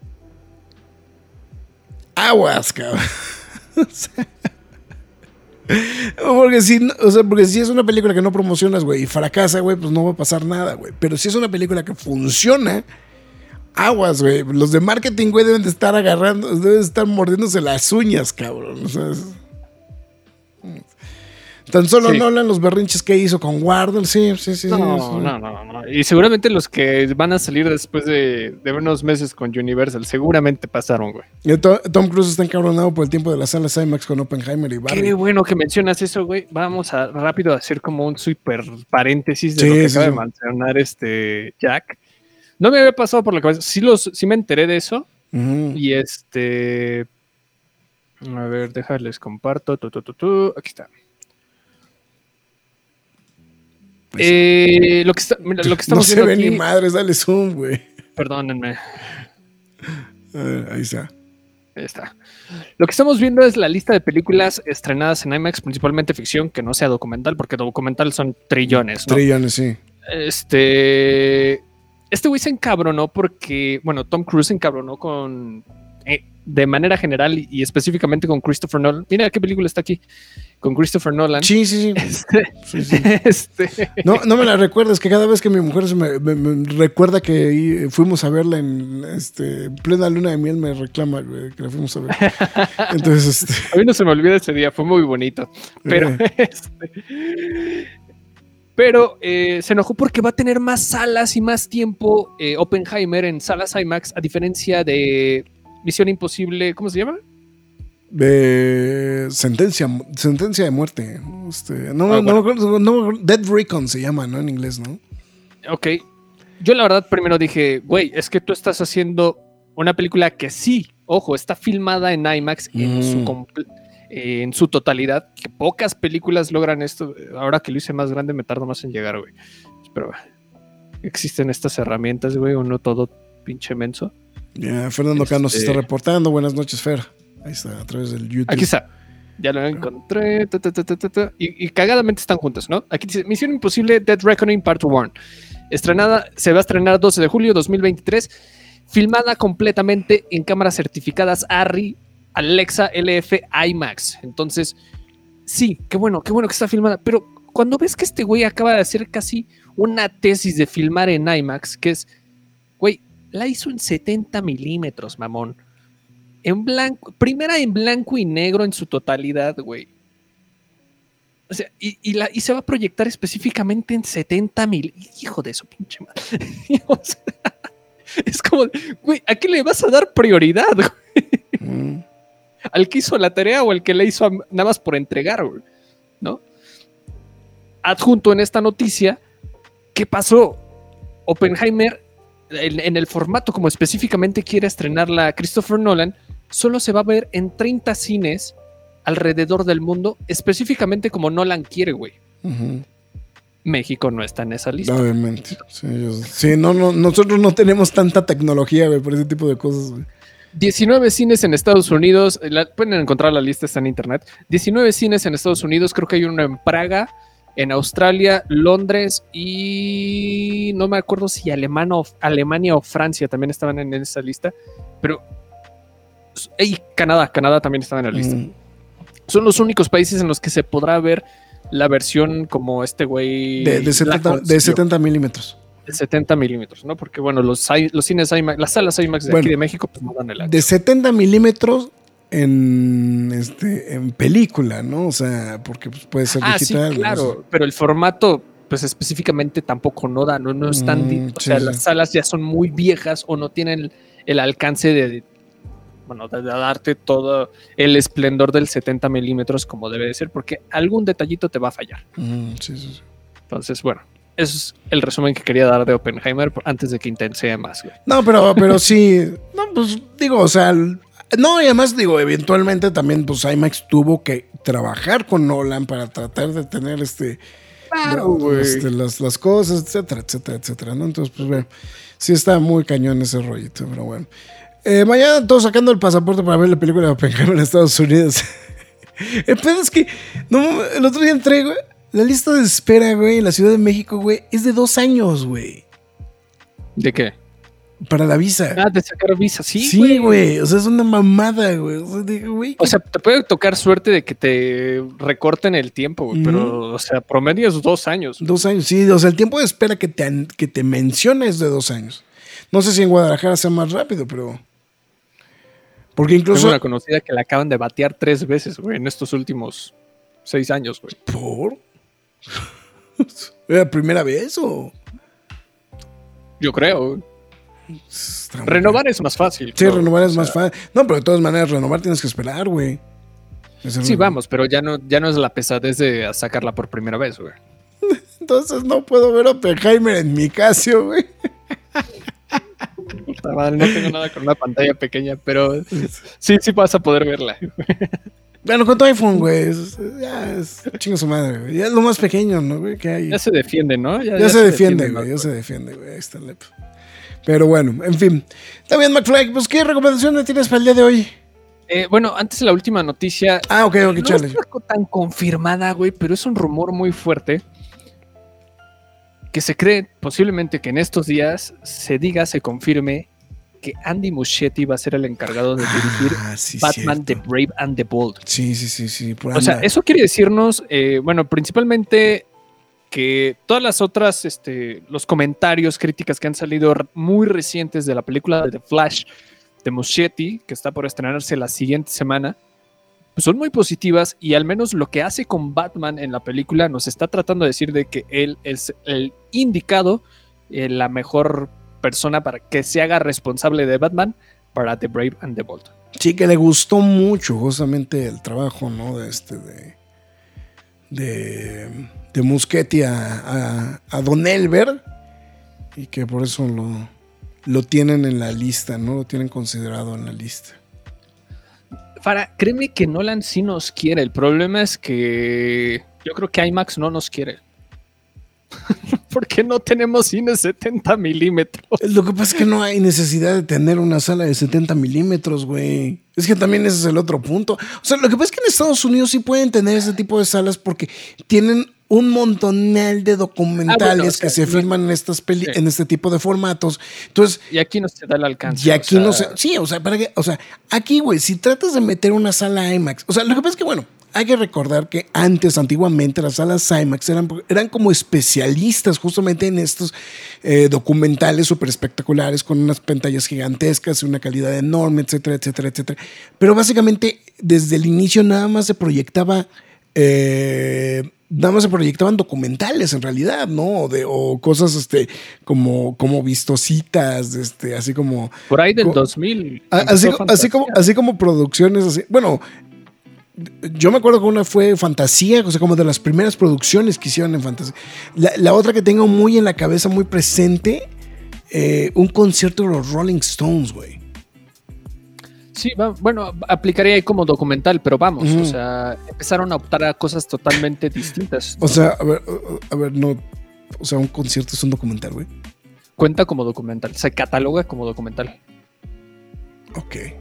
Aguas, cabrón. O sea, porque si, o sea, porque si es una película que no promocionas, güey, y fracasa, güey, pues no va a pasar nada, güey. Pero si es una película que funciona, aguas, güey. Los de marketing, güey, deben de estar agarrando, deben de estar mordiéndose las uñas, cabrón. O sea, es... Tan solo sí. no hablan los berrinches que hizo con Warner, sí, sí, sí.
No,
sí.
no, no, no. Y seguramente los que van a salir después de, de unos meses con Universal, seguramente pasaron, güey.
Tom Cruise está encabronado por el tiempo de las salas IMAX con Oppenheimer y Barbie.
Qué bueno que mencionas eso, güey. Vamos a rápido a hacer como un super paréntesis de
sí,
lo que
sí,
acaba
sí.
de mencionar este Jack. No me había pasado por la cabeza. Sí, los, sí me enteré de eso. Uh-huh. Y este... A ver, déjales comparto. Tu, tu, tu, tu. Aquí está. Pues, eh, lo, que está, mira, lo que estamos
no
viendo
se ve
aquí,
ni madres, dale zoom, güey.
Perdónenme.
Uh, ahí está.
Ahí está. Lo que estamos viendo es la lista de películas estrenadas en IMAX, principalmente ficción, que no sea documental, porque documental son trillones, ¿no?
Trillones, sí.
Este... Este güey se encabronó porque... Bueno, Tom Cruise se encabronó con... Eh, de manera general y, y específicamente con Christopher Nolan. Mira qué película está aquí. Con Christopher Nolan.
Sí, sí, sí.
Este,
sí, sí.
Este.
No, no me la recuerdes, que cada vez que mi mujer se me, me, me recuerda que fuimos a verla en este, plena luna de miel, me reclama, güey, que la fuimos a ver. Entonces, este...
A mí no se me olvida ese día, fue muy bonito. Pero, eh. este, pero eh, se enojó porque va a tener más salas y más tiempo eh, Oppenheimer en salas IMAX, a diferencia de Misión Imposible, ¿cómo se llama?
De sentencia, sentencia de muerte. Este, no, ah, no, bueno. no, no, Dead Recon se llama, ¿no? En inglés, ¿no?
Ok. Yo la verdad primero dije, güey, es que tú estás haciendo una película que sí, ojo, está filmada en IMAX mm. en, su compl- eh, en su totalidad, que pocas películas logran esto. Ahora que lo hice más grande me tardo más en llegar, güey. Pero existen estas herramientas, güey, o no todo pinche menso.
Ya, yeah, Fernando este... Cano se está reportando. Buenas noches, Fer. Ahí está, a través del YouTube.
Aquí está. Ya lo encontré. Ta, ta, ta, ta, ta. Y, y cagadamente están juntos, ¿no? Aquí dice Misión Imposible Dead Reckoning Part uno. Estrenada, se va a estrenar doce de julio de dos mil veintitrés. Filmada completamente en cámaras certificadas A R R I, Alexa, L F, IMAX. Entonces, sí, qué bueno, qué bueno que está filmada. Pero cuando ves que este güey acaba de hacer casi una tesis de filmar en IMAX, que es la hizo en setenta milímetros, mamón. En blanco, primera en blanco y negro en su totalidad, güey. O sea, y, y, la, y se va a proyectar específicamente en setenta mil. Hijo de su pinche madre. O sea, es como, güey, ¿a qué le vas a dar prioridad, güey? Mm. ¿Al que hizo la tarea o al que le hizo a, nada más por entregar, güey? ¿No? Adjunto en esta noticia, ¿qué pasó? Oppenheimer, en, en el formato como específicamente quiere estrenarla Christopher Nolan, solo se va a ver en treinta cines alrededor del mundo, específicamente como Nolan quiere, güey. Uh-huh. México no está en esa lista.
Obviamente. Sí, yo, sí no, no, nosotros no tenemos tanta tecnología, güey, por ese tipo de cosas, güey.
diecinueve cines en Estados Unidos, la, pueden encontrar la lista, está en internet. diecinueve cines en Estados Unidos, creo que hay uno en Praga, en Australia, Londres y no me acuerdo si Alemania o, Alemania o Francia también estaban en esa lista, pero y Canadá, Canadá también estaba en la lista. Mm. Son los únicos países en los que se podrá ver la versión como este güey
de, de, setenta, de setenta milímetros.
De setenta milímetros, ¿no? Porque bueno, los, los cines IMAX, las salas IMAX de bueno, aquí de México, pues no dan el ancho.
De setenta milímetros en este en película, ¿no? O sea, porque pues, puede ser
ah,
digital.
Sí, claro,
no sé.
Pero el formato, pues específicamente tampoco no da, no, no están, mm, o sí, sea, sí. Las salas ya son muy viejas o no tienen el, el alcance de, bueno, de, de darte todo el esplendor del setenta milímetros como debe de ser, porque algún detallito te va a fallar.
Mm, sí, sí, sí.
Entonces, bueno. Eso es el resumen que quería dar de Oppenheimer antes de que intensee más, güey.
No, pero, pero sí. No, pues digo, o sea. No, y además digo, eventualmente también, pues IMAX tuvo que trabajar con Nolan para tratar de tener este.
Claro,
güey. Este, las, las cosas, etcétera, etcétera, etcétera, ¿no? Entonces, pues bueno, sí está muy cañón ese rollito, pero bueno. Eh, mañana todos sacando el pasaporte para ver la película de Oppenheimer en Estados Unidos. El pedo es que, no, el otro día entré, güey. La lista de espera, güey, en la Ciudad de México, güey, es de dos años, güey.
¿De qué?
Para la visa.
Ah, de sacar visa, sí,
Sí, güey. güey. O sea, es una mamada, güey. O sea, de, güey,
o sea, te puede tocar suerte de que te recorten el tiempo, güey. Mm. Pero, o sea, promedio es dos años.
Dos años, sí. O sea, el tiempo de espera que te, que te menciona es de dos años. No sé si en Guadalajara sea más rápido, pero... Porque incluso...
Tengo una conocida que la acaban de batear tres veces, güey, en estos últimos seis años, güey.
¿Por? ¿Era la primera vez o...?
Yo creo. Renovar es más fácil.
Sí, creo. renovar es o sea, más fácil. No, pero de todas maneras, renovar tienes que esperar, güey.
Sí, vamos, pero ya no, ya no es la pesadez de sacarla por primera vez, güey.
Entonces no puedo ver Oppenheimer en mi Casio, güey.
Puta madre, no tengo nada con una pantalla pequeña, pero sí, sí vas a poder verla.
Bueno, con tu iPhone, güey. Es, ya es chingo su madre, güey. Ya es lo más pequeño, ¿no, güey? Que hay.
Ya se defiende, ¿no?
Ya, ya, ya se, se defiende, defiende, güey. Ya se defiende, güey. Ahí está el... Pero bueno, en fin. También, McFly, pues, ¿qué recomendaciones tienes para el día de hoy?
Eh, bueno, antes de la última noticia.
Ah, ok, ok,
no
chale.
No está tan confirmada, güey, pero es un rumor muy fuerte que se cree posiblemente que en estos días se diga, se confirme que Andy Muschietti va a ser el encargado de dirigir
ah, sí,
Batman,
cierto.
The Brave and the Bold.
Sí, sí, sí, sí.
Por o sea, eso quiere decirnos, eh, bueno, principalmente que todas las otras, este, los comentarios, críticas que han salido muy recientes de la película de The Flash de Muschietti, que está por estrenarse la siguiente semana, pues son muy positivas y al menos lo que hace con Batman en la película nos está tratando de decir de que él es el indicado, eh, la mejor persona para que se haga responsable de Batman para The Brave and the Bold.
Sí, que le gustó mucho justamente el trabajo, ¿no? De este de de, de Muschietti a, a, a Don Elber y que por eso lo, lo tienen en la lista, ¿no? Lo tienen considerado en la lista.
Fara, créeme que Nolan sí nos quiere. El problema es que yo creo que IMAX no nos quiere. Porque no tenemos cine setenta milímetros.
Lo que pasa es que no hay necesidad de tener una sala de setenta milímetros, güey. Es que también ese es el otro punto. O sea, lo que pasa es que en Estados Unidos sí pueden tener ese tipo de salas porque tienen un montonal de documentales ah, bueno, o sea, que se no, filman en estas peli sí. en este tipo de formatos. Entonces,
y aquí no se da el alcance.
Y aquí o sea, no se, sí, o sea, para que, o sea, aquí, güey, si tratas de meter una sala IMAX, o sea, lo que pasa es que bueno, hay que recordar que antes, antiguamente, las salas IMAX eran, eran como especialistas justamente en estos eh, documentales súper espectaculares con unas pantallas gigantescas, una calidad enorme, etcétera, etcétera, etcétera. Pero básicamente, desde el inicio nada más se proyectaba... Eh, nada más se proyectaban documentales en realidad, ¿no? O, de, o cosas este, como, como vistositas, este, así como...
Por ahí del
co-
dos mil.
Así,
empezó
así, como,
Fantasía.
así como producciones así. Bueno, yo me acuerdo que una fue Fantasía, o sea, como de las primeras producciones que hicieron en Fantasía. La, la otra que tengo muy en la cabeza, muy presente, eh, un concierto de los Rolling Stones, güey.
Sí, va- bueno, aplicaría ahí como documental, pero vamos,
Ujú.
o sea, empezaron a optar a cosas totalmente distintas.
O sea, a ver, a ver, no. O sea, un concierto es un documental, güey.
Cuenta como documental, se cataloga como documental.
Ok. Eh,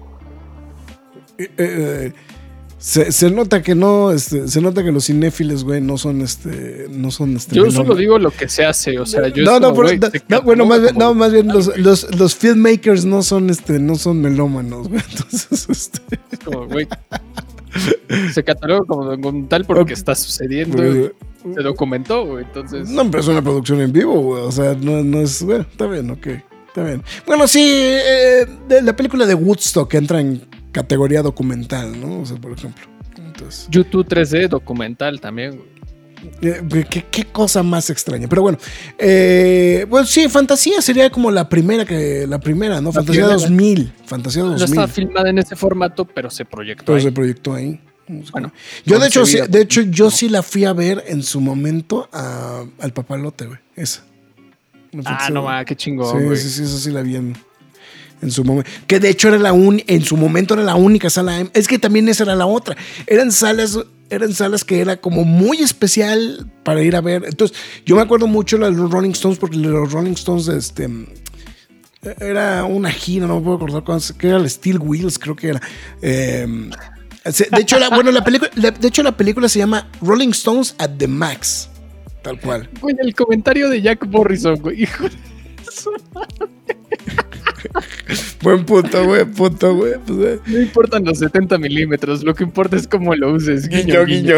eh, se, se nota que no, este, se nota que los cinéfilos, güey, no son este, no son este.
Yo
melón-
solo digo lo que se hace, o sea, yo
no,
es
no,
como,
pero-
güey,
no,
se
no, bueno,
cataloga
más bien,
como
no, más bien los,
documental,
los, los filmmakers no son este, no son melómanos, güey. Entonces, este.
es como, güey, se cataloga como documental porque
Ok.
está sucediendo,
Porque-
se documentó, güey, entonces...
No, pero es una producción en vivo, güey. O sea, no, no es. Bueno, está bien, ok. Está bien. Bueno, sí, eh, de la película de Woodstock entra en categoría documental, ¿no? O sea, por ejemplo. Entonces,
YouTube tres D documental también, güey.
eh, ¿qué, qué cosa más extraña. Pero bueno, eh, pues sí, Fantasía sería como la primera que la primera, ¿no?
La
Fantasía
primera.
dos mil. Fantasía
No
dos mil.
estaba filmada en ese formato, pero se proyectó
Pero
ahí.
se proyectó ahí.
Bueno,
Yo de hecho, sí,
concebida,
de hecho, yo
no.
sí la fui a ver en su momento a- al Papalote, güey. Esa. Una
Ah,
Fantasía-
no va, qué chingón,
Sí,
güey.
sí, sí, eso sí la vi en, en su momento. Que de hecho era la un, en su momento era la única sala. Es que también esa era la otra. Eran salas, eran salas que era como muy especial para ir a ver. Entonces, yo me acuerdo mucho de los Rolling Stones, porque los Rolling Stones, este. Era una gira, no me puedo acordar cuándo, que era el Steel Wheels, creo que era. Eh, se- de hecho, la, bueno, la película, la- de hecho, la película se llama Rolling Stones at the Max. Tal cual.
Güey, el comentario de Jack Morrison, güey. Hijo de su-
Buen punto, buen punto, güey. Pues, eh.
No importan los setenta milímetros, lo que importa es cómo lo uses.
Guiño, guiño.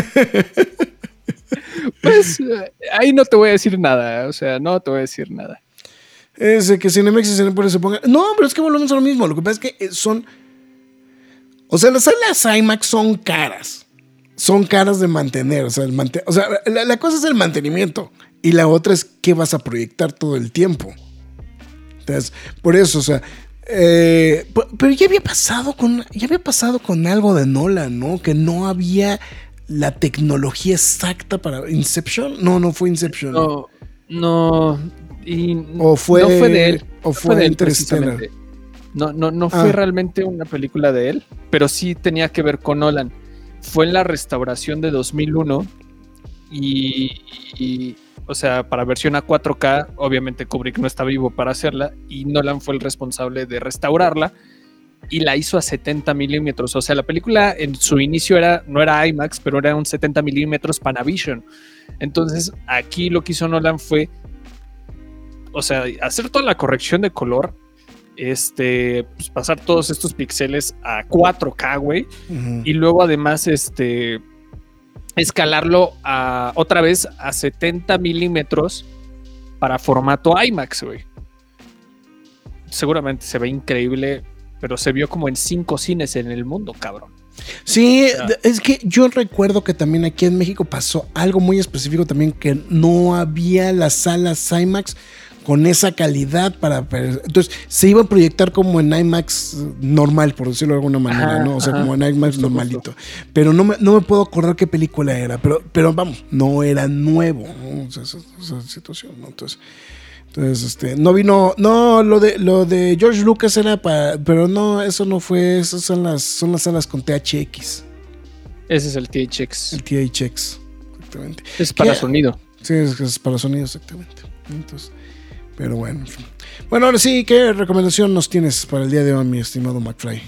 Pues eh, ahí no te voy a decir nada, o sea, no te voy a decir nada.
Ese que Cinemex y Cinépolis se pongan. No, pero es que volvemos a lo mismo. Lo que pasa es que eh, son. O sea, las salas IMAX son caras. Son caras de mantener. O sea, el mante- o sea la, la cosa es el mantenimiento. Y la otra es qué vas a proyectar todo el tiempo. Entonces, por eso, o sea. eh, p- pero ya había pasado con. Ya había pasado con algo de Nolan, ¿no? Que no había la tecnología exacta para Inception. No, no fue Inception.
No, no. Y
O fue-
no fue de él.
o
no
fue
de él,
Interstellar.
precisamente. No, no, no fue
Ah.
realmente una película de él, pero sí tenía que ver con Nolan. Fue en la restauración de dos mil uno y, y, o sea, para versión a cuatro K, obviamente Kubrick no está vivo para hacerla y Nolan fue el responsable de restaurarla y la hizo a setenta milímetros. O sea, la película en su inicio era, no era IMAX, pero era un setenta milímetros Panavision. Entonces, aquí lo que hizo Nolan fue, o sea, hacer toda la corrección de color, este, pues pasar todos estos píxeles a cuatro K, güey,
Ujú.
y luego además, este, escalarlo a, otra vez a setenta milímetros para formato IMAX, güey. Seguramente se ve increíble, pero se vio como en cinco cines en el mundo, cabrón.
Sí,
sea,
d- es que yo recuerdo que también aquí en México pasó algo muy específico también, que no había las salas IMAX con esa calidad para... per- Entonces, se iba a proyectar como en IMAX normal, por decirlo de alguna manera,
Ajá,
¿no? O sea,
ajá.
como en IMAX
Justo,
normalito. Pero no me, no me puedo acordar qué película era, pero, pero vamos, no era nuevo, ¿no? O sea, esa, esa situación, ¿no? Entonces... Entonces, este, no vino, no, lo de lo de George Lucas era para, pero no, eso no fue, esas son las, son las salas con T H X,
Ese es el T H X.
el T H X, exactamente.
Es para
¿Qué?
sonido.
Sí, es, es para sonido, exactamente. Entonces, pero bueno, en fin. Bueno, ahora sí, ¿qué recomendación nos tienes para el día de hoy, mi estimado McFly?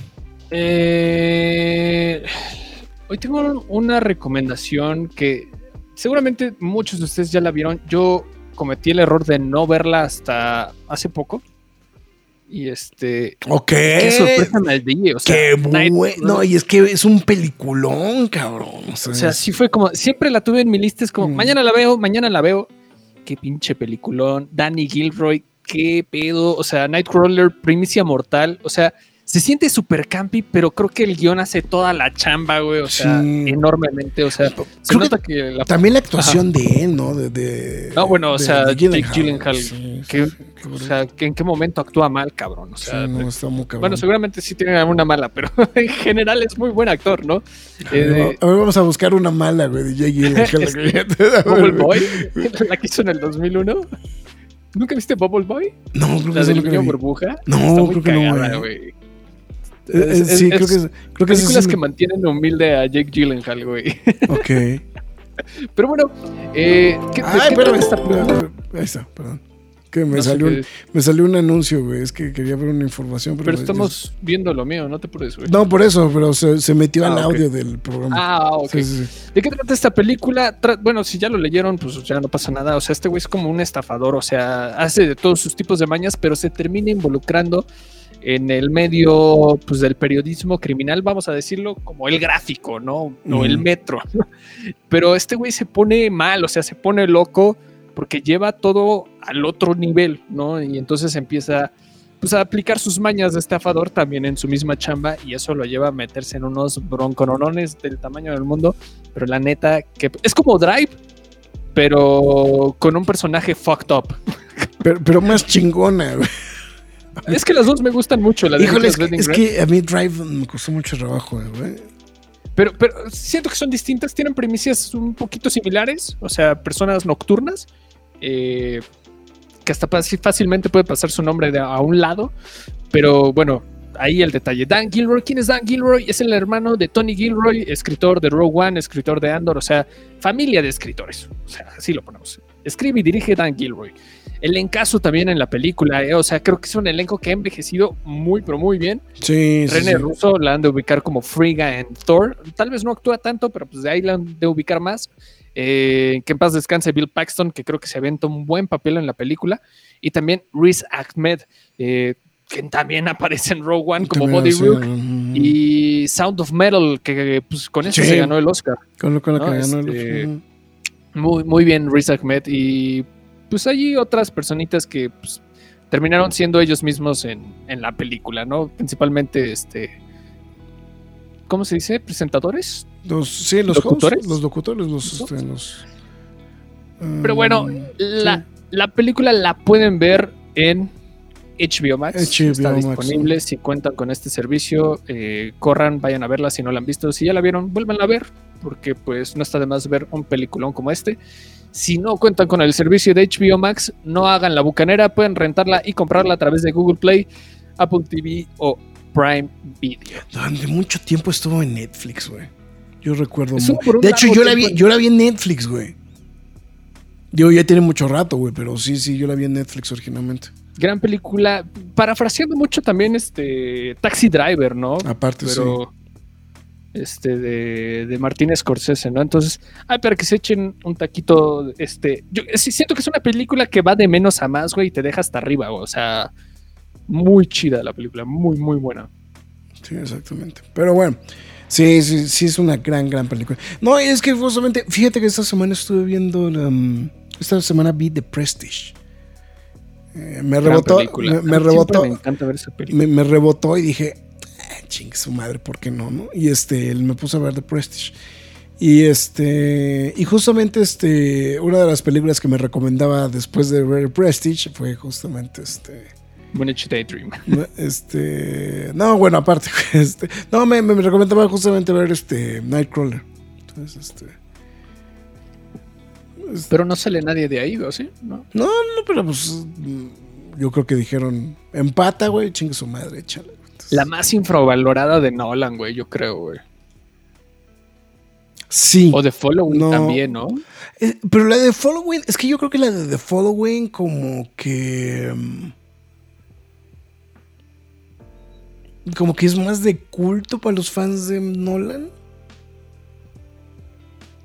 Eh, hoy tengo una recomendación que seguramente muchos de ustedes ya la vieron. Yo cometí el error de no verla hasta hace poco. Y este.
Ok.
Qué sorpresa me di, o sea,
Qué
Night-
bueno. No, y es que es un peliculón, cabrón. O sea,
O sea,
es-
sí fue como. Siempre la tuve en mi lista. Es como,
Mm.
mañana la veo, mañana la veo. Qué pinche peliculón. Danny Gilroy, qué pedo. O sea, Nightcrawler, Primicia Mortal. O sea, se siente súper campi, pero creo que el guión hace toda la chamba, güey. O sea,
Sí.
enormemente. O sea, se
Creo
nota que, la.
También la actuación de él, ¿no? De, de,
No, bueno, o
de-
sea,
de
Jake Gyllenhaal,
Sí,
que-
sí, sí,
O sea, que en qué momento actúa mal, cabrón. O
sí,
sea,
no, está muy cabrón.
bueno, seguramente sí tiene alguna mala, pero en general es muy buen actor, ¿no?
A ver,
Eh,
a ver, vamos a buscar una mala, güey, de Jake Gyllenhaal.
Bubble Boy, la que hizo en el dos mil uno. ¿Nunca viste Bubble Boy?
No, creo que
La
eso
del
nunca
niño
vi.
burbuja.
No,
Está muy
creo que no,
cagada,
eh.
güey.
Eh, eh,
Es-
sí,
es-
creo que
es
creo que ese
Películas
sí
que
me-
mantienen humilde a Jake Gyllenhaal, güey.
Ok.
Pero bueno, eh, ¿qué, de
Ay,
qué trata
espérame.
esta película?
Ahí está, perdón. Que me
No sé
salió
qué
un,
es.
me salió un anuncio, güey. Es que quería ver una información. Pero,
Pero estamos viendo lo mío, no te apures, güey.
No, por eso, pero se, se metió
Ah,
al
ok.
audio del programa.
Ah, ok.
Sí, sí, sí.
¿De qué trata esta película? Tra- bueno, si ya lo leyeron, pues ya no pasa nada. O sea, este güey es como un estafador, o sea, hace de todos sus tipos de mañas, pero se termina involucrando en el medio pues, del periodismo criminal, vamos a decirlo, como el gráfico, ¿no? O el
Mm.
metro. Pero este güey se pone mal, o sea, se pone loco porque lleva todo al otro nivel, ¿no? Y entonces empieza pues, a aplicar sus mañas de estafador también en su misma chamba y eso lo lleva a meterse en unos broncononones del tamaño del mundo, pero la neta que es como Drive, pero con un personaje fucked up.
Pero, pero más chingona, güey.
Es que las dos me gustan mucho, la de
Híjole, es,
Nicolas
que, es
Winding Refn,
que a mí Drive me costó mucho trabajo, güey.
pero, pero siento que son distintas, tienen premisas un poquito similares, o sea, personas nocturnas, eh, que hasta pas- fácilmente puede pasar su nombre de a un lado, pero bueno, ahí el detalle. Dan Gilroy, ¿quién es Dan Gilroy? Es el hermano de Tony Gilroy, escritor de Rogue One, escritor de Andor, o sea, familia de escritores, o sea, así lo ponemos. Escribe y dirige Dan Gilroy. El encaso también en la película, eh, o sea, creo que es un elenco que ha envejecido muy, pero muy bien.
Sí, sí,
René
sí.
Russo la han de ubicar como Frigga en Thor. Tal vez no actúa tanto, pero pues de ahí la han de ubicar más. Eh, que en paz descanse Bill Paxton, que creo que se avienta un buen papel en la película. Y también Riz Ahmed, eh, que también aparece en Rogue One como
También,
Body
sí,
Rook.
ujú.
Y Sound of Metal, que pues con eso
Sí.
se ganó el Oscar.
Con lo con lo
¿no?
que ganó el-
Este,
ujú.
Muy, muy bien Riz Ahmed. Y pues hay otras personitas que pues, terminaron siendo ellos mismos en, en la película, ¿no? Principalmente este... ¿Cómo se dice? ¿Presentadores?
Los, sí, los
¿Locutores?
hosts, los locutores, los,
¿Los
este, los
Pero
mm,
bueno, la, la película la pueden ver en H B O Max.
H B O
Está
Max,
disponible si cuentan con este servicio. Eh, corran, vayan a verla si no la han visto. Si ya la vieron, vuelvan a ver, porque pues no está de más ver un peliculón como este. Si no cuentan con el servicio de H B O Max, no hagan la bucanera. Pueden rentarla y comprarla a través de Google Play, Apple T V o Prime Video.
durante mucho tiempo estuvo en Netflix, güey. Yo recuerdo.
Estuvo
mu-
por un
De hecho,
largo
yo la vi,
tiempo en-
yo la vi en Netflix, güey. Digo, ya tiene mucho rato, güey, pero sí, sí, yo la vi en Netflix originalmente.
Gran película, parafraseando mucho también este Taxi Driver, ¿no?
Aparte,
Pero este de, de Martin Scorsese, ¿no? Entonces, ay, para que se echen un taquito, este, yo sí siento que es una película que va de menos a más, güey, y te deja hasta arriba, güey, o sea, muy chida la película, muy, muy buena.
Sí, exactamente. Pero bueno, sí, sí, sí es una gran, gran película. No, es que justamente, fíjate que esta semana estuve viendo, um, esta semana vi The Prestige. Eh, me
Gran
rebotó,
película.
me,
A
me
mí siempre
rebotó,
me encanta ver esa película.
me, me rebotó y dije, ah, ching su madre, ¿por qué no, no? Y este, me puse a ver The Prestige. Y este, y justamente este, una de las películas que me recomendaba después de ver The Prestige fue justamente este.
Moonage Daydream.
No, Este, no, bueno, aparte, este, no, me, me recomendaba justamente ver este Nightcrawler. Entonces, este,
Pero no sale nadie de ahí, ¿o sí? ¿No?
no, no, pero pues mm, yo creo que dijeron empata, güey, chingue su madre, échale. Entonces,
La más infravalorada de Nolan, güey, yo creo, güey.
sí,
O de Following
No.
también, ¿no?
Eh, pero la de Following, es que yo creo que la de The Following como que mm, como que es más de culto para los fans de Nolan.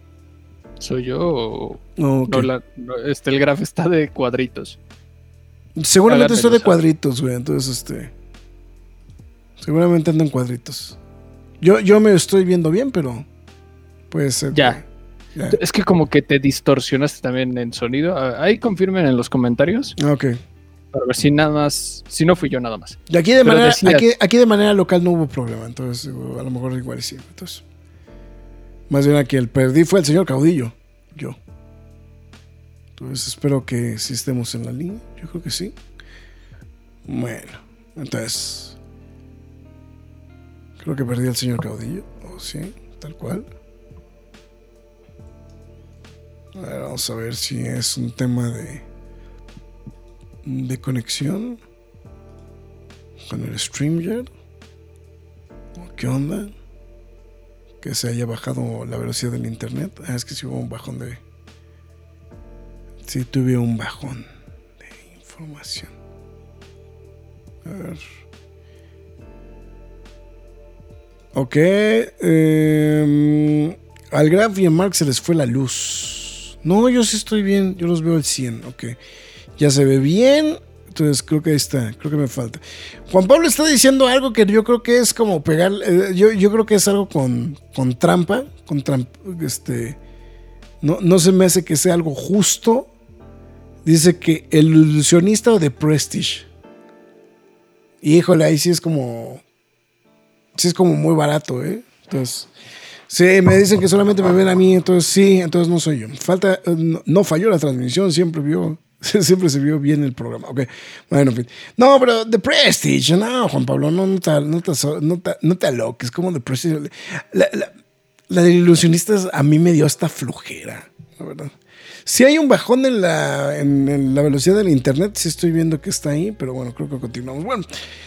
Soy yo o
No, ok.
Nolan. No, este, el graf está de cuadritos.
Seguramente estoy de
Háganmelo saber.
cuadritos, güey. Entonces, este. Seguramente ando en cuadritos. Yo, yo me estoy viendo bien, pero. Puede ser.
Ya.
que- ya.
Es que como que te distorsionaste también en sonido. Ah, Ahí confirmen en los comentarios.
Ok.
Para ver si nada más. Si no fui yo nada más.
Y aquí de,
Pero
manera,
decías-
aquí, aquí de manera local no hubo problema. Entonces, a lo mejor igual sí. Entonces. Más bien aquí el perdí fue el señor Caudillo. Yo. Entonces espero que sí estemos en la línea. Yo creo que sí. Bueno, entonces. Creo que perdí al señor Caudillo. O sí, tal cual. A ver, vamos a ver si es un tema de. de conexión. Con el StreamYard. ¿Qué onda? Que se haya bajado la velocidad del internet. Ah, es que sí hubo un bajón de. Sí, tuve un bajón de información. A ver. Ok. Eh, al Graf y a Mark se les fue la luz. No, yo sí estoy bien. Yo los veo al cien. Ok. Ya se ve bien. Entonces creo que ahí está. Creo que me falta. Juan Pablo está diciendo algo que yo creo que es como pegar. Eh, yo, yo creo que es algo con, con trampa. Con trampa. Este. No, no se me hace que sea algo justo. Dice que el ilusionista o The Prestige. Híjole, ahí sí es como. Sí es como muy barato, ¿eh? Entonces. Sí, me dicen que solamente me ven a mí, entonces sí, entonces no soy yo. Falta. No, no falló la transmisión, siempre vio. Siempre se vio bien el programa. Ok, bueno, en fin. No, pero The Prestige, no, Juan Pablo, no, no te, no te, no te, no te aloques. Como The Prestige. La, la, la de ilusionistas a mí me dio hasta flojera, la verdad. Sí hay un bajón en la, en, en la velocidad del internet, sí estoy viendo que está ahí, pero bueno, creo que continuamos. Bueno,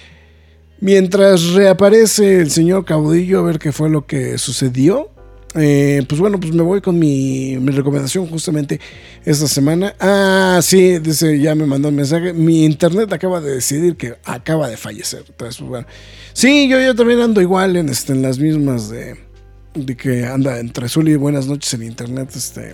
mientras reaparece el señor Caudillo a ver qué fue lo que sucedió, eh, pues bueno, pues me voy con mi, mi recomendación justamente esta semana. Ah, sí, dice, ya me mandó un mensaje, mi internet acaba de decidir que acaba de fallecer. Entonces, pues bueno, sí, yo, yo también ando igual en, este, en las mismas de, de que anda entre azul y buenas noches en internet, este...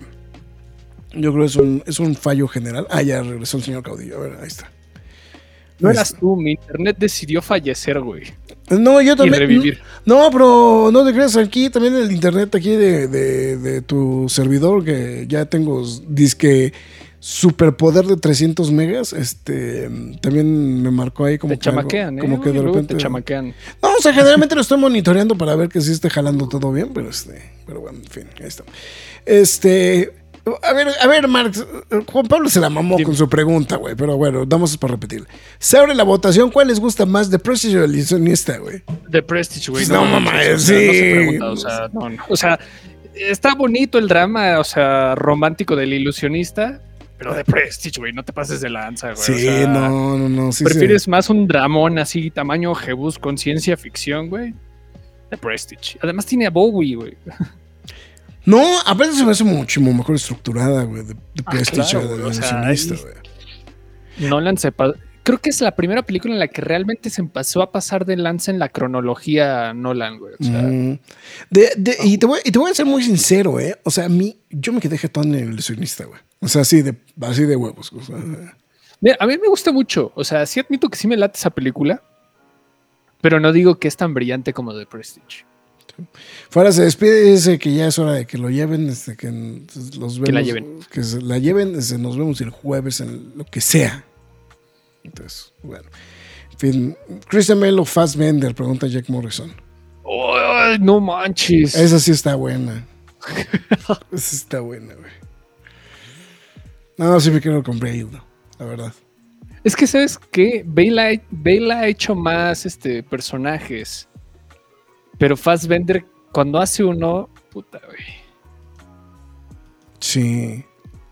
Yo creo que es un, es un fallo general. Ah, ya regresó el señor Caudillo. A ver, ahí está.
No
Ahí
eras
está.
tú, mi internet decidió fallecer, güey.
No, yo
Y
también.
revivir.
No, pero no te creas. Aquí también el internet aquí de, de, de tu servidor, que ya tengo disque superpoder de trescientos megas. Este también me marcó ahí como
Te
que
chamaquean,
algo,
¿eh?
como que de
Luego
repente.
te chamaquean.
No, o sea, generalmente lo estoy monitoreando para ver que sí esté jalando todo bien, pero este, pero bueno, en fin, ahí está. Este, a ver, a ver, Marx, Juan Pablo se la mamó
Dime.
con su pregunta, güey, pero bueno, damos para repetir. Se abre la votación, ¿cuál les gusta más, The Prestige o el ilusionista, güey?
The Prestige, güey.
No, mamá,
manches, o sea,
sí.
No se pregunta, o sea, no, no. O sea, está bonito el drama, o sea, romántico del ilusionista, pero The Prestige, güey, no te pases de lanza, güey.
Sí,
o sea,
no, no, no, sí,
¿prefieres
sí.
más un dramón así, tamaño Jebus con ciencia ficción, güey? The Prestige. Además tiene a Bowie, güey.
No, aparte se me hace muchísimo mejor estructurada, güey, The, The
Ah,
Prestige
claro,
o del
güey, o sea,
ilusionista,
ahí-
güey.
Nolan se pa- Creo que es la primera película en la que realmente se empezó a pasar de lanza en la cronología Nolan, güey. O sea,
Mm. De- de- y, te voy, y te voy a ser muy sincero, ¿eh? O sea, a mí, yo me quedé jetón en el ilusionista, güey. O sea, así de, así de huevos. O sea,
mira, a mí me gusta mucho. O sea, sí admito que sí me late esa película, pero no digo que es tan brillante como The Prestige.
fuera se despide y dice que ya es hora de que lo lleven, este, que los vemos,
Que la lleven.
que se la lleven, este, nos vemos el jueves en lo que sea. Entonces, bueno. En fin, Christian Bale o Fassbender, pregunta Jack Morrison.
¡Ay, no manches!
Esa sí está buena. Esa está buena, güey. No, sí me quiero con Bale, ¿no? La verdad.
Es que, ¿sabes qué? Bale ha, Bale ha hecho más este, personajes. Pero Fassbender, cuando hace uno, puta, güey.
Sí.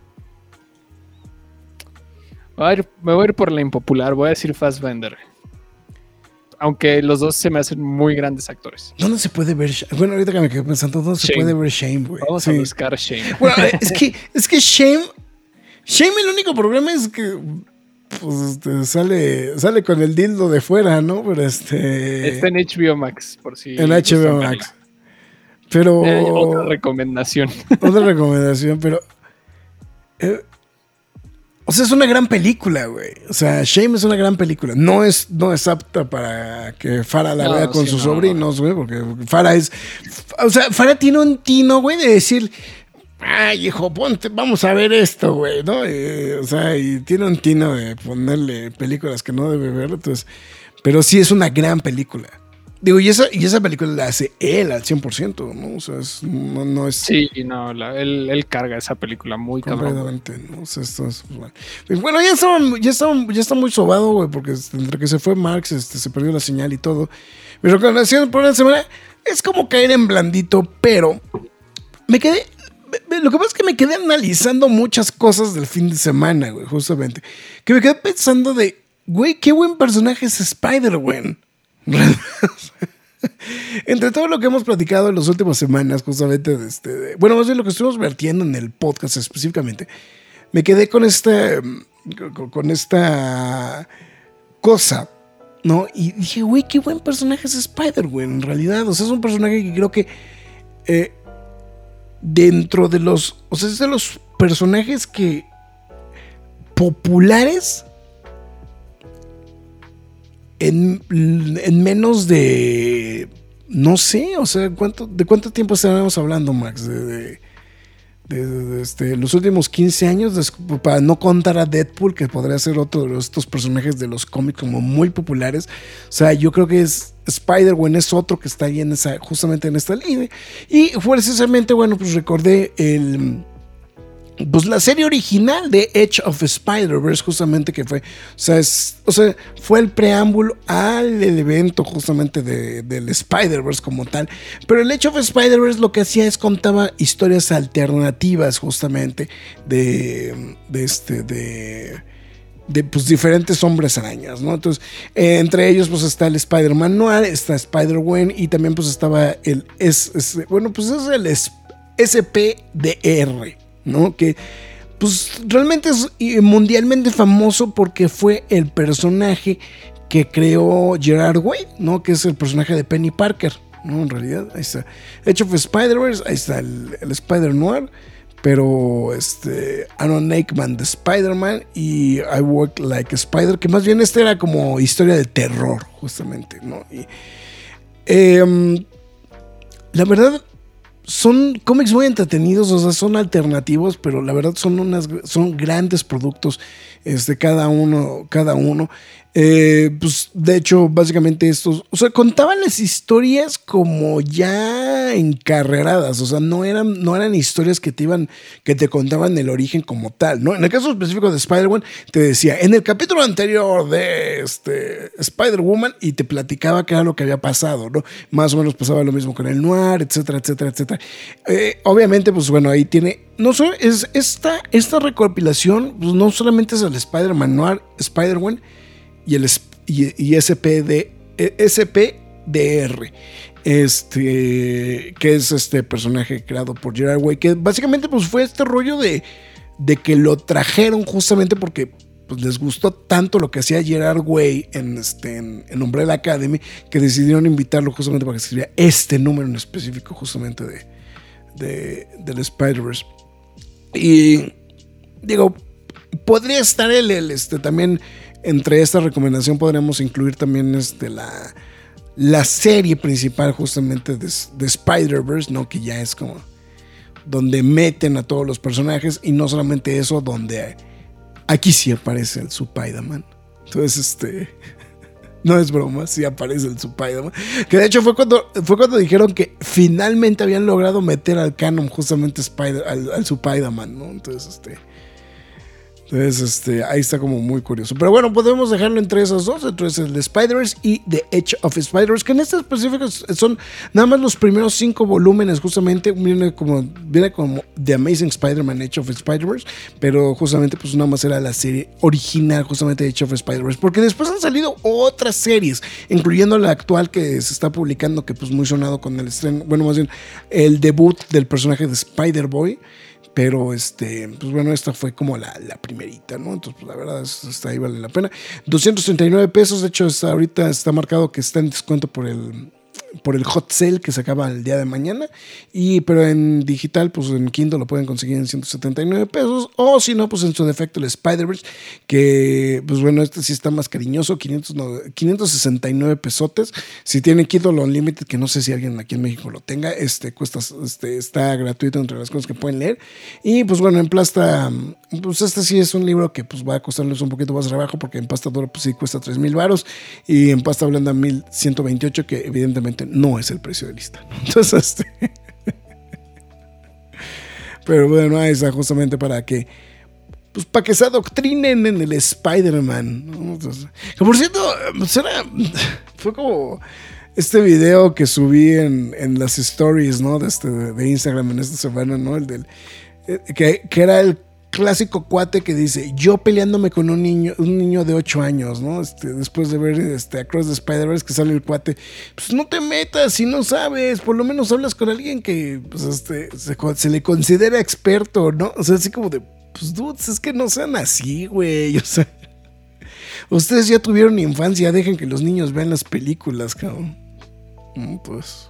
Voy a ir- me voy a ir por la impopular, voy a decir Fassbender. Aunque los dos se me hacen muy grandes actores.
¿Dónde se puede ver? Sh- Bueno, ahorita que me quedé pensando, ¿dónde se
Shame.
puede ver Shame, güey?
Vamos
Sí.
a buscar Shane.
Bueno, eh, es que, es que Shame. Shame, el único problema es que. Pues este, sale, sale con el dildo de fuera, ¿no? Pero este.
Está en H B O Max, por si.
en H B O
gustan
Max. Pero.
verla. Eh, otra recomendación.
Otra recomendación, pero. eh, O sea, es una gran película, güey. O sea, Shame es una gran película. No es, no es apta para que Farah la
No,
vea con
sí,
sus
no.
sobrinos, güey, porque Farah es... O sea, Farah tiene un tino, güey, de decir... Ay, hijo, ponte, vamos a ver esto, güey, ¿no? Eh, o sea, y tiene un tino de ponerle películas que no debe ver, entonces... Pero sí es una gran película. Digo, y esa, y esa película la hace él al cien por ciento, ¿no? O sea, es, no, no es...
Sí, no, la, él, él carga esa película muy cabrón.
Completamente, ¿no? O sea, esto es, pues, bueno. Pues, bueno, ya estaba, ya estaba, ya está muy sobado, güey, porque entre que se fue Marx, este, se perdió la señal y todo. Mi recomendación por una semana es como caer en blandito, pero me quedé... Lo que pasa es que me quedé analizando muchas cosas del fin de semana, güey, justamente. Que me quedé pensando de, güey, qué buen personaje es Spider-Man. Entre todo lo que hemos platicado en las últimas semanas, justamente, de este, de, bueno, más bien lo que estuvimos vertiendo en el podcast específicamente, me quedé con esta, con, con esta cosa, ¿no? Y dije, güey, qué buen personaje es Spider-Man, en realidad. O sea, es un personaje que creo que eh, dentro de los, o sea, es de los personajes que populares en, en menos de, no sé, o sea, ¿cuánto, ¿de cuánto tiempo estábamos hablando, Max? De, de, de, de, de este, los últimos quince años, de, para no contar a Deadpool, que podría ser otro de estos personajes de los cómics como muy populares. O sea, yo creo que es Spider-Man es otro que está ahí en esa, justamente en esta línea. Y precisamente, bueno, pues recordé el... Pues la serie original de Edge of Spider-Verse, justamente que fue, o sea, es, o sea, fue el preámbulo al el evento justamente de, del Spider-Verse como tal. Pero el Edge of Spider-Verse lo que hacía es contaba historias alternativas justamente de, de este, de... de pues diferentes hombres arañas, ¿no? Entonces, eh, entre ellos pues está el Spider-Man Noir, está Spider-Gwen y también pues estaba el, es, es, bueno, pues es el S P D R, ¿no? Que pues realmente es mundialmente famoso porque fue el personaje que creó Gerard Way, ¿no? Que es el personaje de Penny Parker, ¿no? En realidad, ahí está. Edge of Spider-Verse, ahí está el, el Spider-Noir. Pero este, Aaron Aikman de Spider-Man y I Work Like a Spider, que más bien esta era como historia de terror, justamente, ¿no? Y, eh, la verdad, son cómics muy entretenidos, o sea, son alternativos, pero la verdad son unas, son grandes productos, este, cada uno, cada uno. Eh, pues de hecho, básicamente estos, o sea, contaban las historias como ya encarreradas, o sea, no eran, no eran historias que te iban, que te contaban el origen como tal, ¿no? En el caso específico de Spider-Man, te decía, en el capítulo anterior de este Spider-Woman, y te platicaba qué era lo que había pasado, ¿no? Más o menos pasaba lo mismo con el Noir, etcétera, etcétera, etcétera. Eh, obviamente, pues bueno, ahí tiene, no solo es esta, esta recopilación, pues no solamente es el Spider-Man Noir, Spider-Man, y el y, y S P D, S P D R, este, que es este personaje creado por Gerard Way, que básicamente pues fue este rollo de, de que lo trajeron justamente porque pues, les gustó tanto lo que hacía Gerard Way en, este, en, en Umbrella Academy, que decidieron invitarlo justamente para que escribiera este número en específico justamente de, de, del Spider-Verse. Y digo, podría estar el, el este, también entre esta recomendación podríamos incluir también este, la, la serie principal justamente de, de Spider-Verse, ¿no? Que ya es como donde meten a todos los personajes y no solamente eso, donde aquí sí aparece el Spider-Man. Entonces, este... no es broma, sí aparece el Spider-Man. Que de hecho fue cuando, fue cuando dijeron que finalmente habían logrado meter al canon justamente Spider, al, al Spider-Man, ¿no? Entonces, este... Entonces, este, ahí está como muy curioso. Pero bueno, podemos dejarlo entre esos dos, entre el de Spider-Verse y The Edge of Spider-Verse, que en este específico son nada más los primeros cinco volúmenes, justamente. Viene como, viene como The Amazing Spider-Man Edge of Spider-Verse, pero justamente pues nada más era la serie original, justamente Edge of Spider-Verse, porque después han salido otras series, incluyendo la actual que se está publicando, que pues muy sonado con el estreno, bueno, más bien el debut del personaje de Spider-Boy. Pero, este, pues bueno, esta fue como la, la primerita, ¿no? Entonces, pues la verdad, esta ahí vale la pena. doscientos treinta y nueve pesos, de hecho, está, ahorita está marcado que está en descuento por el, por el hot sale que se acaba el día de mañana. Y, pero en digital, pues en Kindle lo pueden conseguir en ciento setenta y nueve pesos. O si no, pues en su defecto el Spider-Verse, que pues bueno, este sí está más cariñoso, quinientos sesenta y nueve pesotes. Si tienen Kindle Unlimited, que no sé si alguien aquí en México lo tenga, este cuesta, este está gratuito entre las cosas que pueden leer. Y pues bueno, en plasta, pues este sí es un libro que pues va a costarles un poquito más trabajo, porque en pasta dura pues sí cuesta tres mil varos y en pasta blanda mil ciento veintiocho, que evidentemente no es el precio de lista, ¿no? Entonces este pero bueno, ahí está, justamente para que pues para que se adoctrinen en el Spider-Man, ¿no? Entonces, que por cierto, pues era, fue como este video que subí en, en las stories, ¿no? De, este, de Instagram en esta semana, ¿no? El del que, que era el clásico cuate que dice, yo peleándome con un niño, un niño de ocho años, ¿no? Este, después de ver este, Across the Spider-Verse, que sale el cuate, pues no te metas si no sabes, por lo menos hablas con alguien que pues, este, se, se le considera experto, ¿no? O sea, así como de, pues dudes, es que no sean así, güey, o sea, ustedes ya tuvieron infancia, dejen que los niños vean las películas, cabrón. Mm, pues.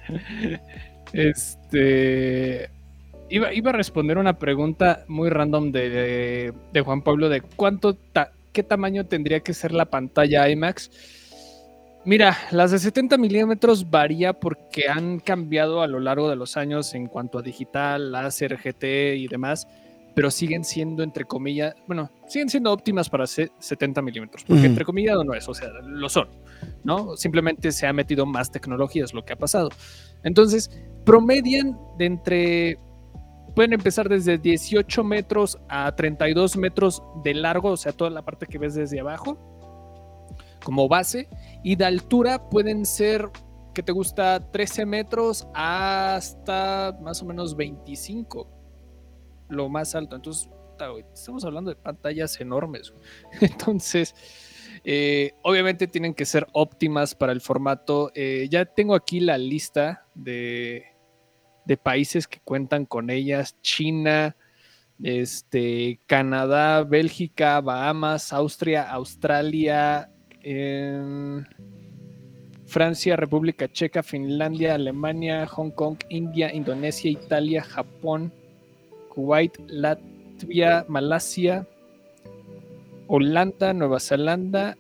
Este... Iba, iba a responder una pregunta muy random de, de, de Juan Pablo de cuánto ta, qué tamaño tendría que ser la pantalla IMAX. Mira, las de setenta milímetros varía porque han cambiado a lo largo de los años en cuanto a digital, láser, G T y demás, pero siguen siendo, entre comillas, bueno, siguen siendo óptimas para setenta milímetros, porque uh-huh. entre comillas no es, o sea, lo son, ¿no? Simplemente se ha metido más tecnología, es lo que ha pasado. Entonces, promedian de entre... Pueden empezar desde dieciocho metros a treinta y dos metros de largo, o sea, toda la parte que ves desde abajo, como base, y de altura pueden ser, ¿qué te gusta? trece metros hasta más o menos veinticinco, lo más alto. Entonces, estamos hablando de pantallas enormes. Entonces, eh, obviamente tienen que ser óptimas para el formato. Eh, ya tengo aquí la lista de... de países que cuentan con ellas: China, este, Canadá, Bélgica, Bahamas, Austria, Australia, eh, Francia, República Checa, Finlandia, Alemania, Hong Kong, India, Indonesia, Italia, Japón, Kuwait, Latvia, Malasia, Holanda, Nueva Zelanda,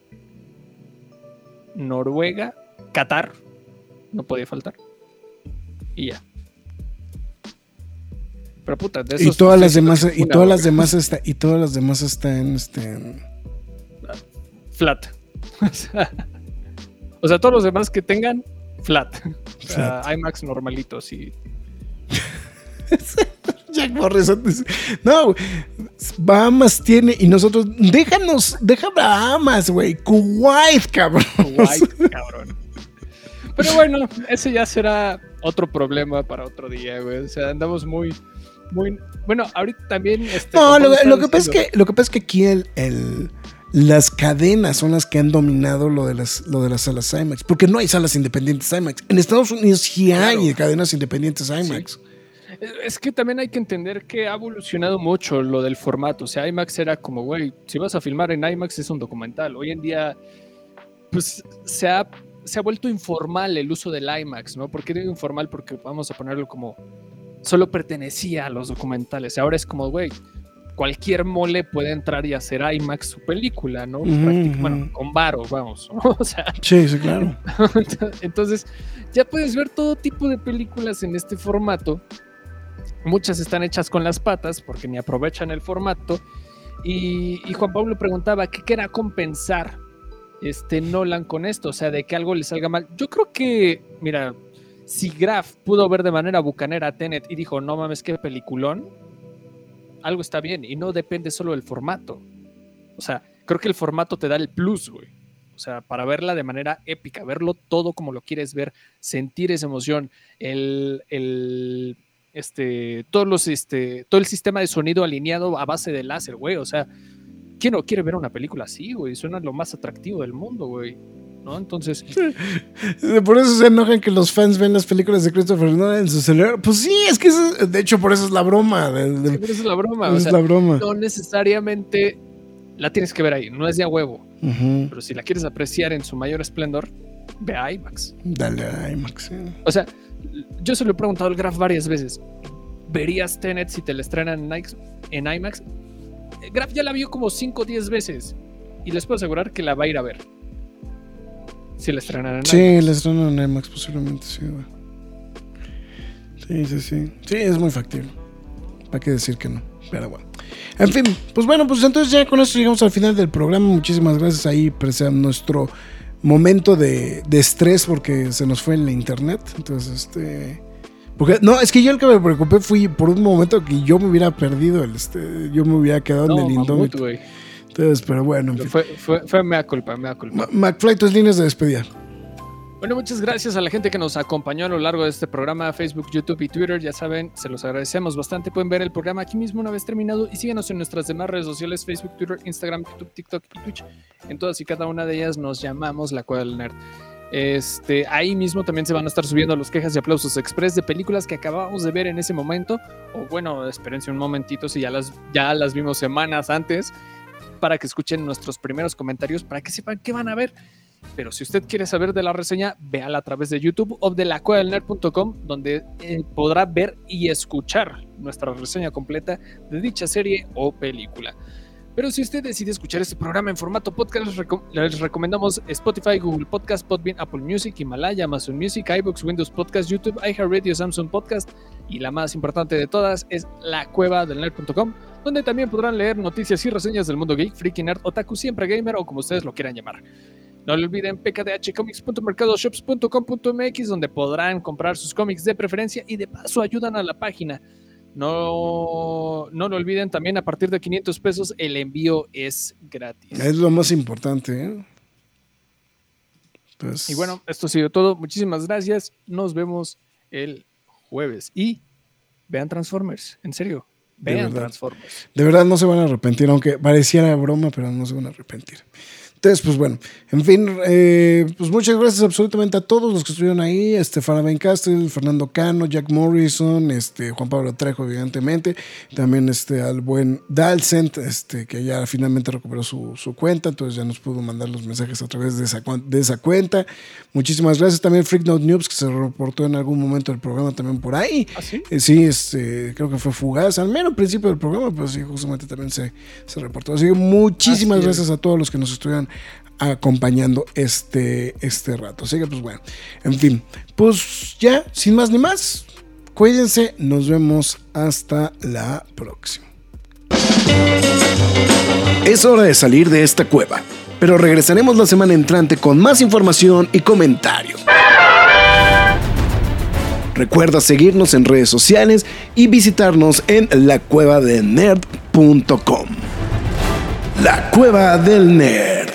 Noruega, Qatar, no podía faltar, y ya. Pero puta, de esos
y todas las demás una, y todas las demás está y todas las demás están este
flat. O sea, o sea, todos los demás que tengan flat. O sea, flat. IMAX normalitos y
Jack Morrison dice, no, Bahamas tiene y nosotros déjanos, deja Bahamas, güey, Kuwait, cabrón.
Kuwait, cabrón. Pero bueno, ese ya será otro problema para otro día, güey. O sea, andamos muy Muy, bueno, ahorita también este,
no, lo, lo que pasa es que lo que pasa es que aquí el, el las cadenas son las que han dominado lo de las lo de las salas IMAX, porque no hay salas independientes IMAX. En Estados Unidos sí hay claro. cadenas independientes IMAX.
Sí. Es que también hay que entender que ha evolucionado mucho lo del formato. O sea, IMAX era como, güey, si vas a filmar en IMAX es un documental. Hoy en día, pues se ha se ha vuelto informal el uso del IMAX, ¿no? ¿Por qué digo informal? Porque vamos a ponerlo como solo pertenecía a los documentales. Ahora es como, güey, cualquier mole puede entrar y hacer IMAX su película, ¿no? Uh-huh. Bueno, con varo, vamos. O sea,
sí, sí, claro.
Entonces, ya puedes ver todo tipo de películas en este formato. Muchas están hechas con las patas porque ni aprovechan el formato. Y, y Juan Pablo preguntaba, ¿qué querrá compensar este Nolan con esto? O sea, de que algo le salga mal. Yo creo que, mira, si Graf pudo ver de manera bucanera a Tenet y dijo, no mames, qué peliculón, algo está bien y no depende solo del formato. O sea, creo que el formato te da el plus, güey. O sea, para verla de manera épica, verlo todo como lo quieres ver, sentir esa emoción, el, el, este, todos los, este, todo el sistema de sonido alineado a base de láser, güey. O sea, ¿quién no quiere ver una película así, güey? Suena lo más atractivo del mundo, güey, ¿no? Entonces,
por eso se enojan que los fans ven las películas de Christopher Nolan en su celular. Pues sí, es que eso, de hecho por eso es la broma. De, de,
sí, por eso es la broma.
Es
o sea,
la broma.
No necesariamente la tienes que ver ahí, no es de a huevo. Uh-huh. Pero si la quieres apreciar en su mayor esplendor, ve a IMAX.
Dale a IMAX. Sí.
O sea, yo se lo he preguntado al Graf varias veces. ¿Verías Tenet si te la estrenan en IMAX? En IMAX? Graf ya la vio como cinco o diez veces. Y les puedo asegurar que la va a ir a ver. Si la estrenan en
Sí,
IMAX.
la estrenan en IMAX posiblemente, sí, güey. Sí, sí, sí. Sí, es muy factible. ¿Para qué decir que no? Pero bueno. En fin, pues bueno, pues entonces ya con esto llegamos al final del programa. Muchísimas gracias ahí por ser nuestro momento de, de estrés porque se nos fue en la internet. Entonces, este... Porque, no, es que yo el que me preocupé fui por un momento que yo me hubiera perdido, el, este, yo me hubiera quedado
No,
en el
mamut,
Indómito.
güey.
Entonces, pero bueno, en
Pero
fin.
fue, fue, fue mea culpa, mea culpa.
Ma- McFly, tus líneas de despedida.
Bueno, muchas gracias a la gente que nos acompañó a lo largo de este programa, Facebook, YouTube y Twitter. Ya saben, se los agradecemos bastante. Pueden ver el programa aquí mismo una vez terminado y síguenos en nuestras demás redes sociales, Facebook, Twitter, Instagram, YouTube, TikTok y Twitch. En todas y cada una de ellas nos llamamos La Cueva del Nerd. Este, ahí mismo también se van a estar subiendo los quejas y aplausos express de películas que acabamos de ver en ese momento. O bueno, espérense un momentito si ya las, ya las vimos semanas antes, para que escuchen nuestros primeros comentarios, para que sepan qué van a ver. Pero si usted quiere saber de la reseña, véala a través de YouTube o de la cueva del nerd punto com, donde eh, podrá ver y escuchar nuestra reseña completa de dicha serie o película. Pero si usted decide escuchar este programa en formato podcast, les, recom- les recomendamos Spotify, Google Podcast, Podbean, Apple Music, Himalaya, Amazon Music, iVoox, Windows Podcast, YouTube, iHeartRadio, Samsung Podcast y la más importante de todas es la cueva del nerd punto com, donde también podrán leer noticias y reseñas del mundo geek, freaky, nerd, otaku, siempre gamer o como ustedes lo quieran llamar. No le olviden p k d h comics punto mercadoshops punto com punto m x, donde podrán comprar sus cómics de preferencia y de paso ayudan a la página. No, no lo olviden, también a partir de quinientos pesos el envío es gratis.
Es lo más importante, ¿eh? Pues...
Y bueno, esto ha sido todo. Muchísimas gracias. Nos vemos el jueves. Y vean Transformers, en serio. Vean
verdad.
Transformers.
De verdad no se van a arrepentir, aunque pareciera broma, pero no se van a arrepentir. Entonces, pues bueno, en fin, eh, pues muchas gracias absolutamente a todos los que estuvieron ahí, este, Faraday Castle, Fernando Cano, Jack Morrison, este, Juan Pablo Trejo, evidentemente, también este, al buen Dalcent, este, que ya finalmente recuperó su, su cuenta, entonces ya nos pudo mandar los mensajes a través de esa, de esa cuenta. Muchísimas gracias también Freak Note News, que se reportó en algún momento del programa también por ahí.
¿Ah, sí?
Eh, sí, este, creo que fue fugaz, al menos al principio del programa, pero sí, justamente también se, se reportó. Así que muchísimas
Así es.
gracias a todos los que nos estuvieron acompañando este, este rato. Así que pues bueno, en fin, pues ya, sin más ni más, cuídense, nos vemos hasta la próxima.
Es hora de salir de esta cueva, pero regresaremos la semana entrante con más información y comentarios. Recuerda seguirnos en redes sociales y visitarnos en la cueva del nerd punto com. La Cueva del Nerd.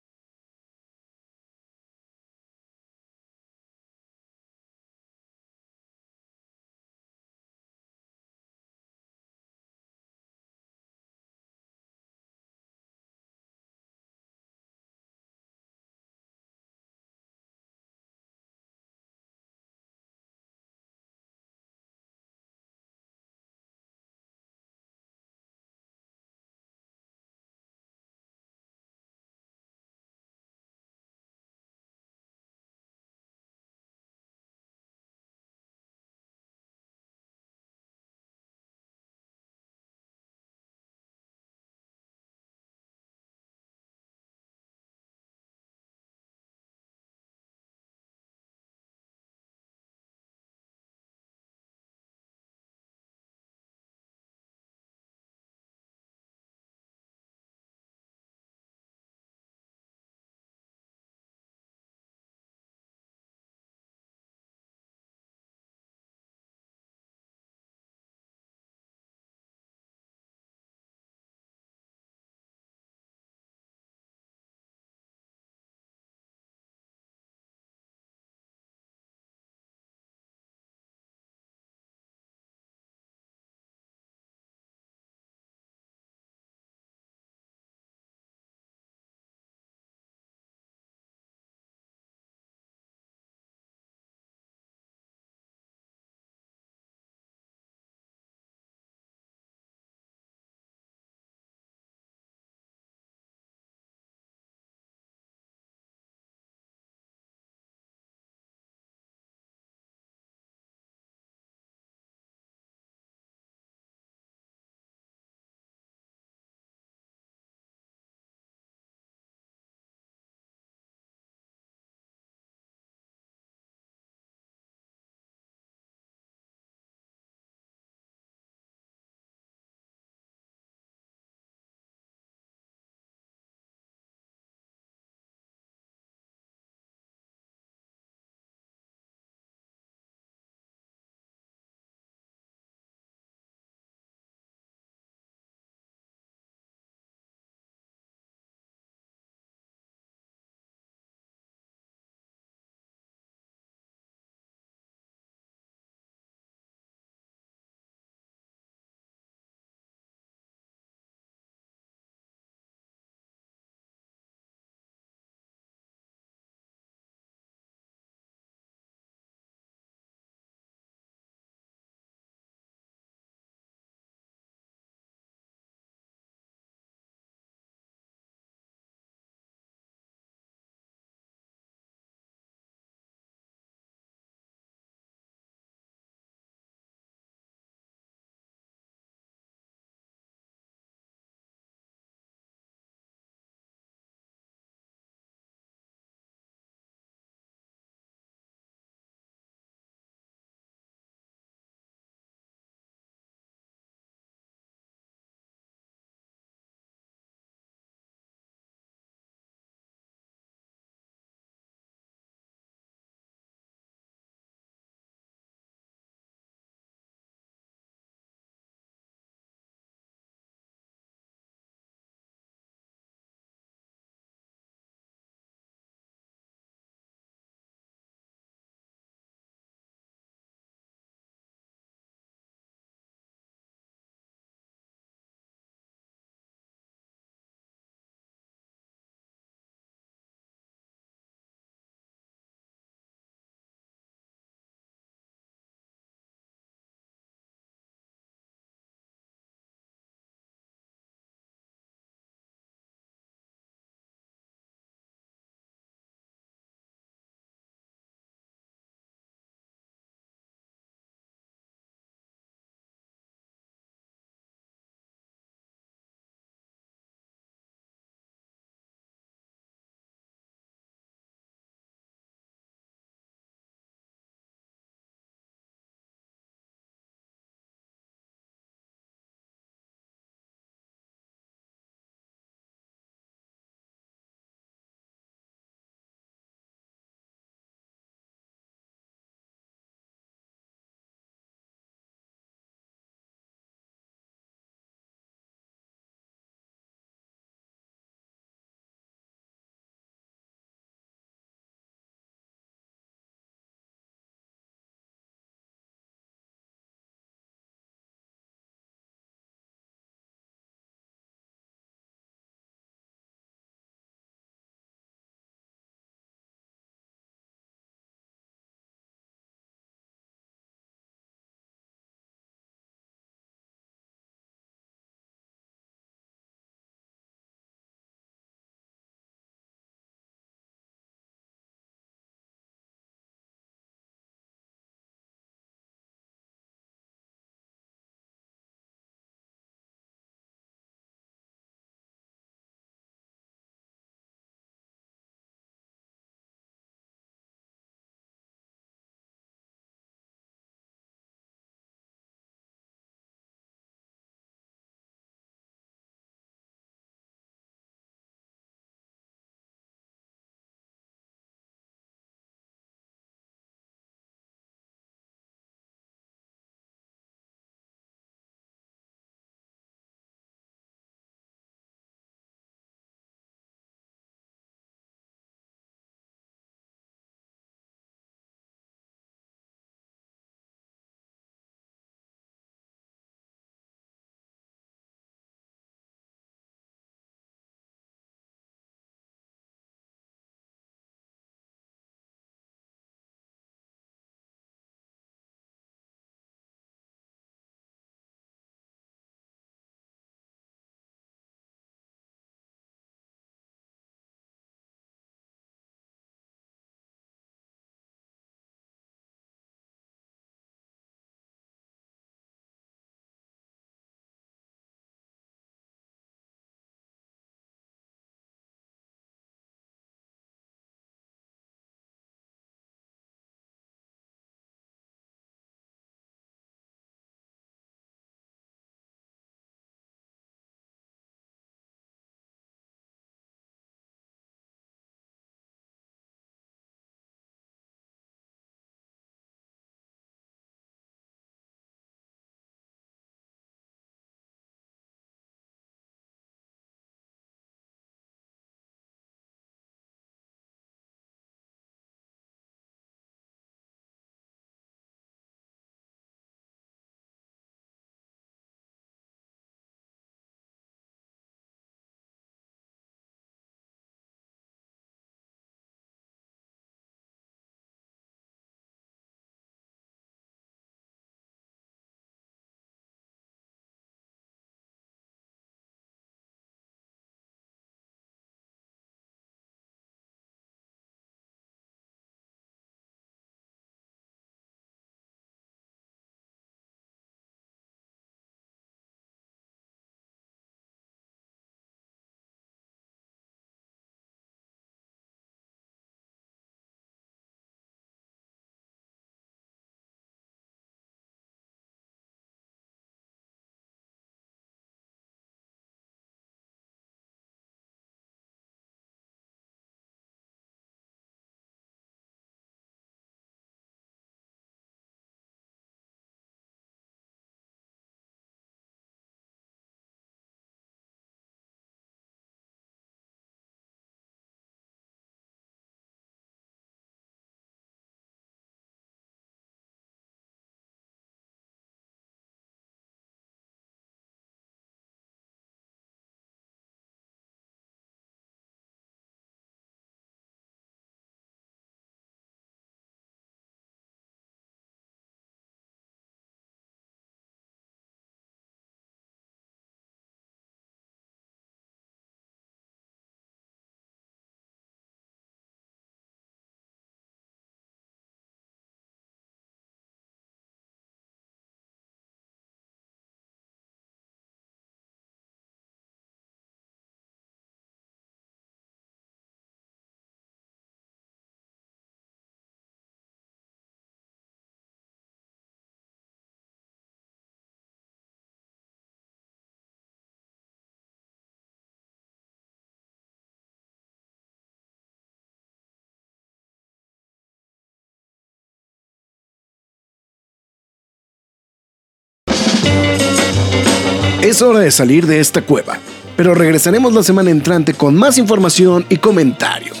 Es hora de salir de esta cueva, pero regresaremos la semana entrante con más información y comentarios.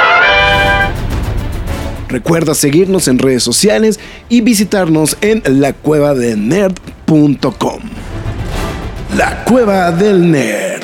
Recuerda seguirnos en redes sociales y visitarnos en la cueva del nerd punto com. La Cueva del Nerd.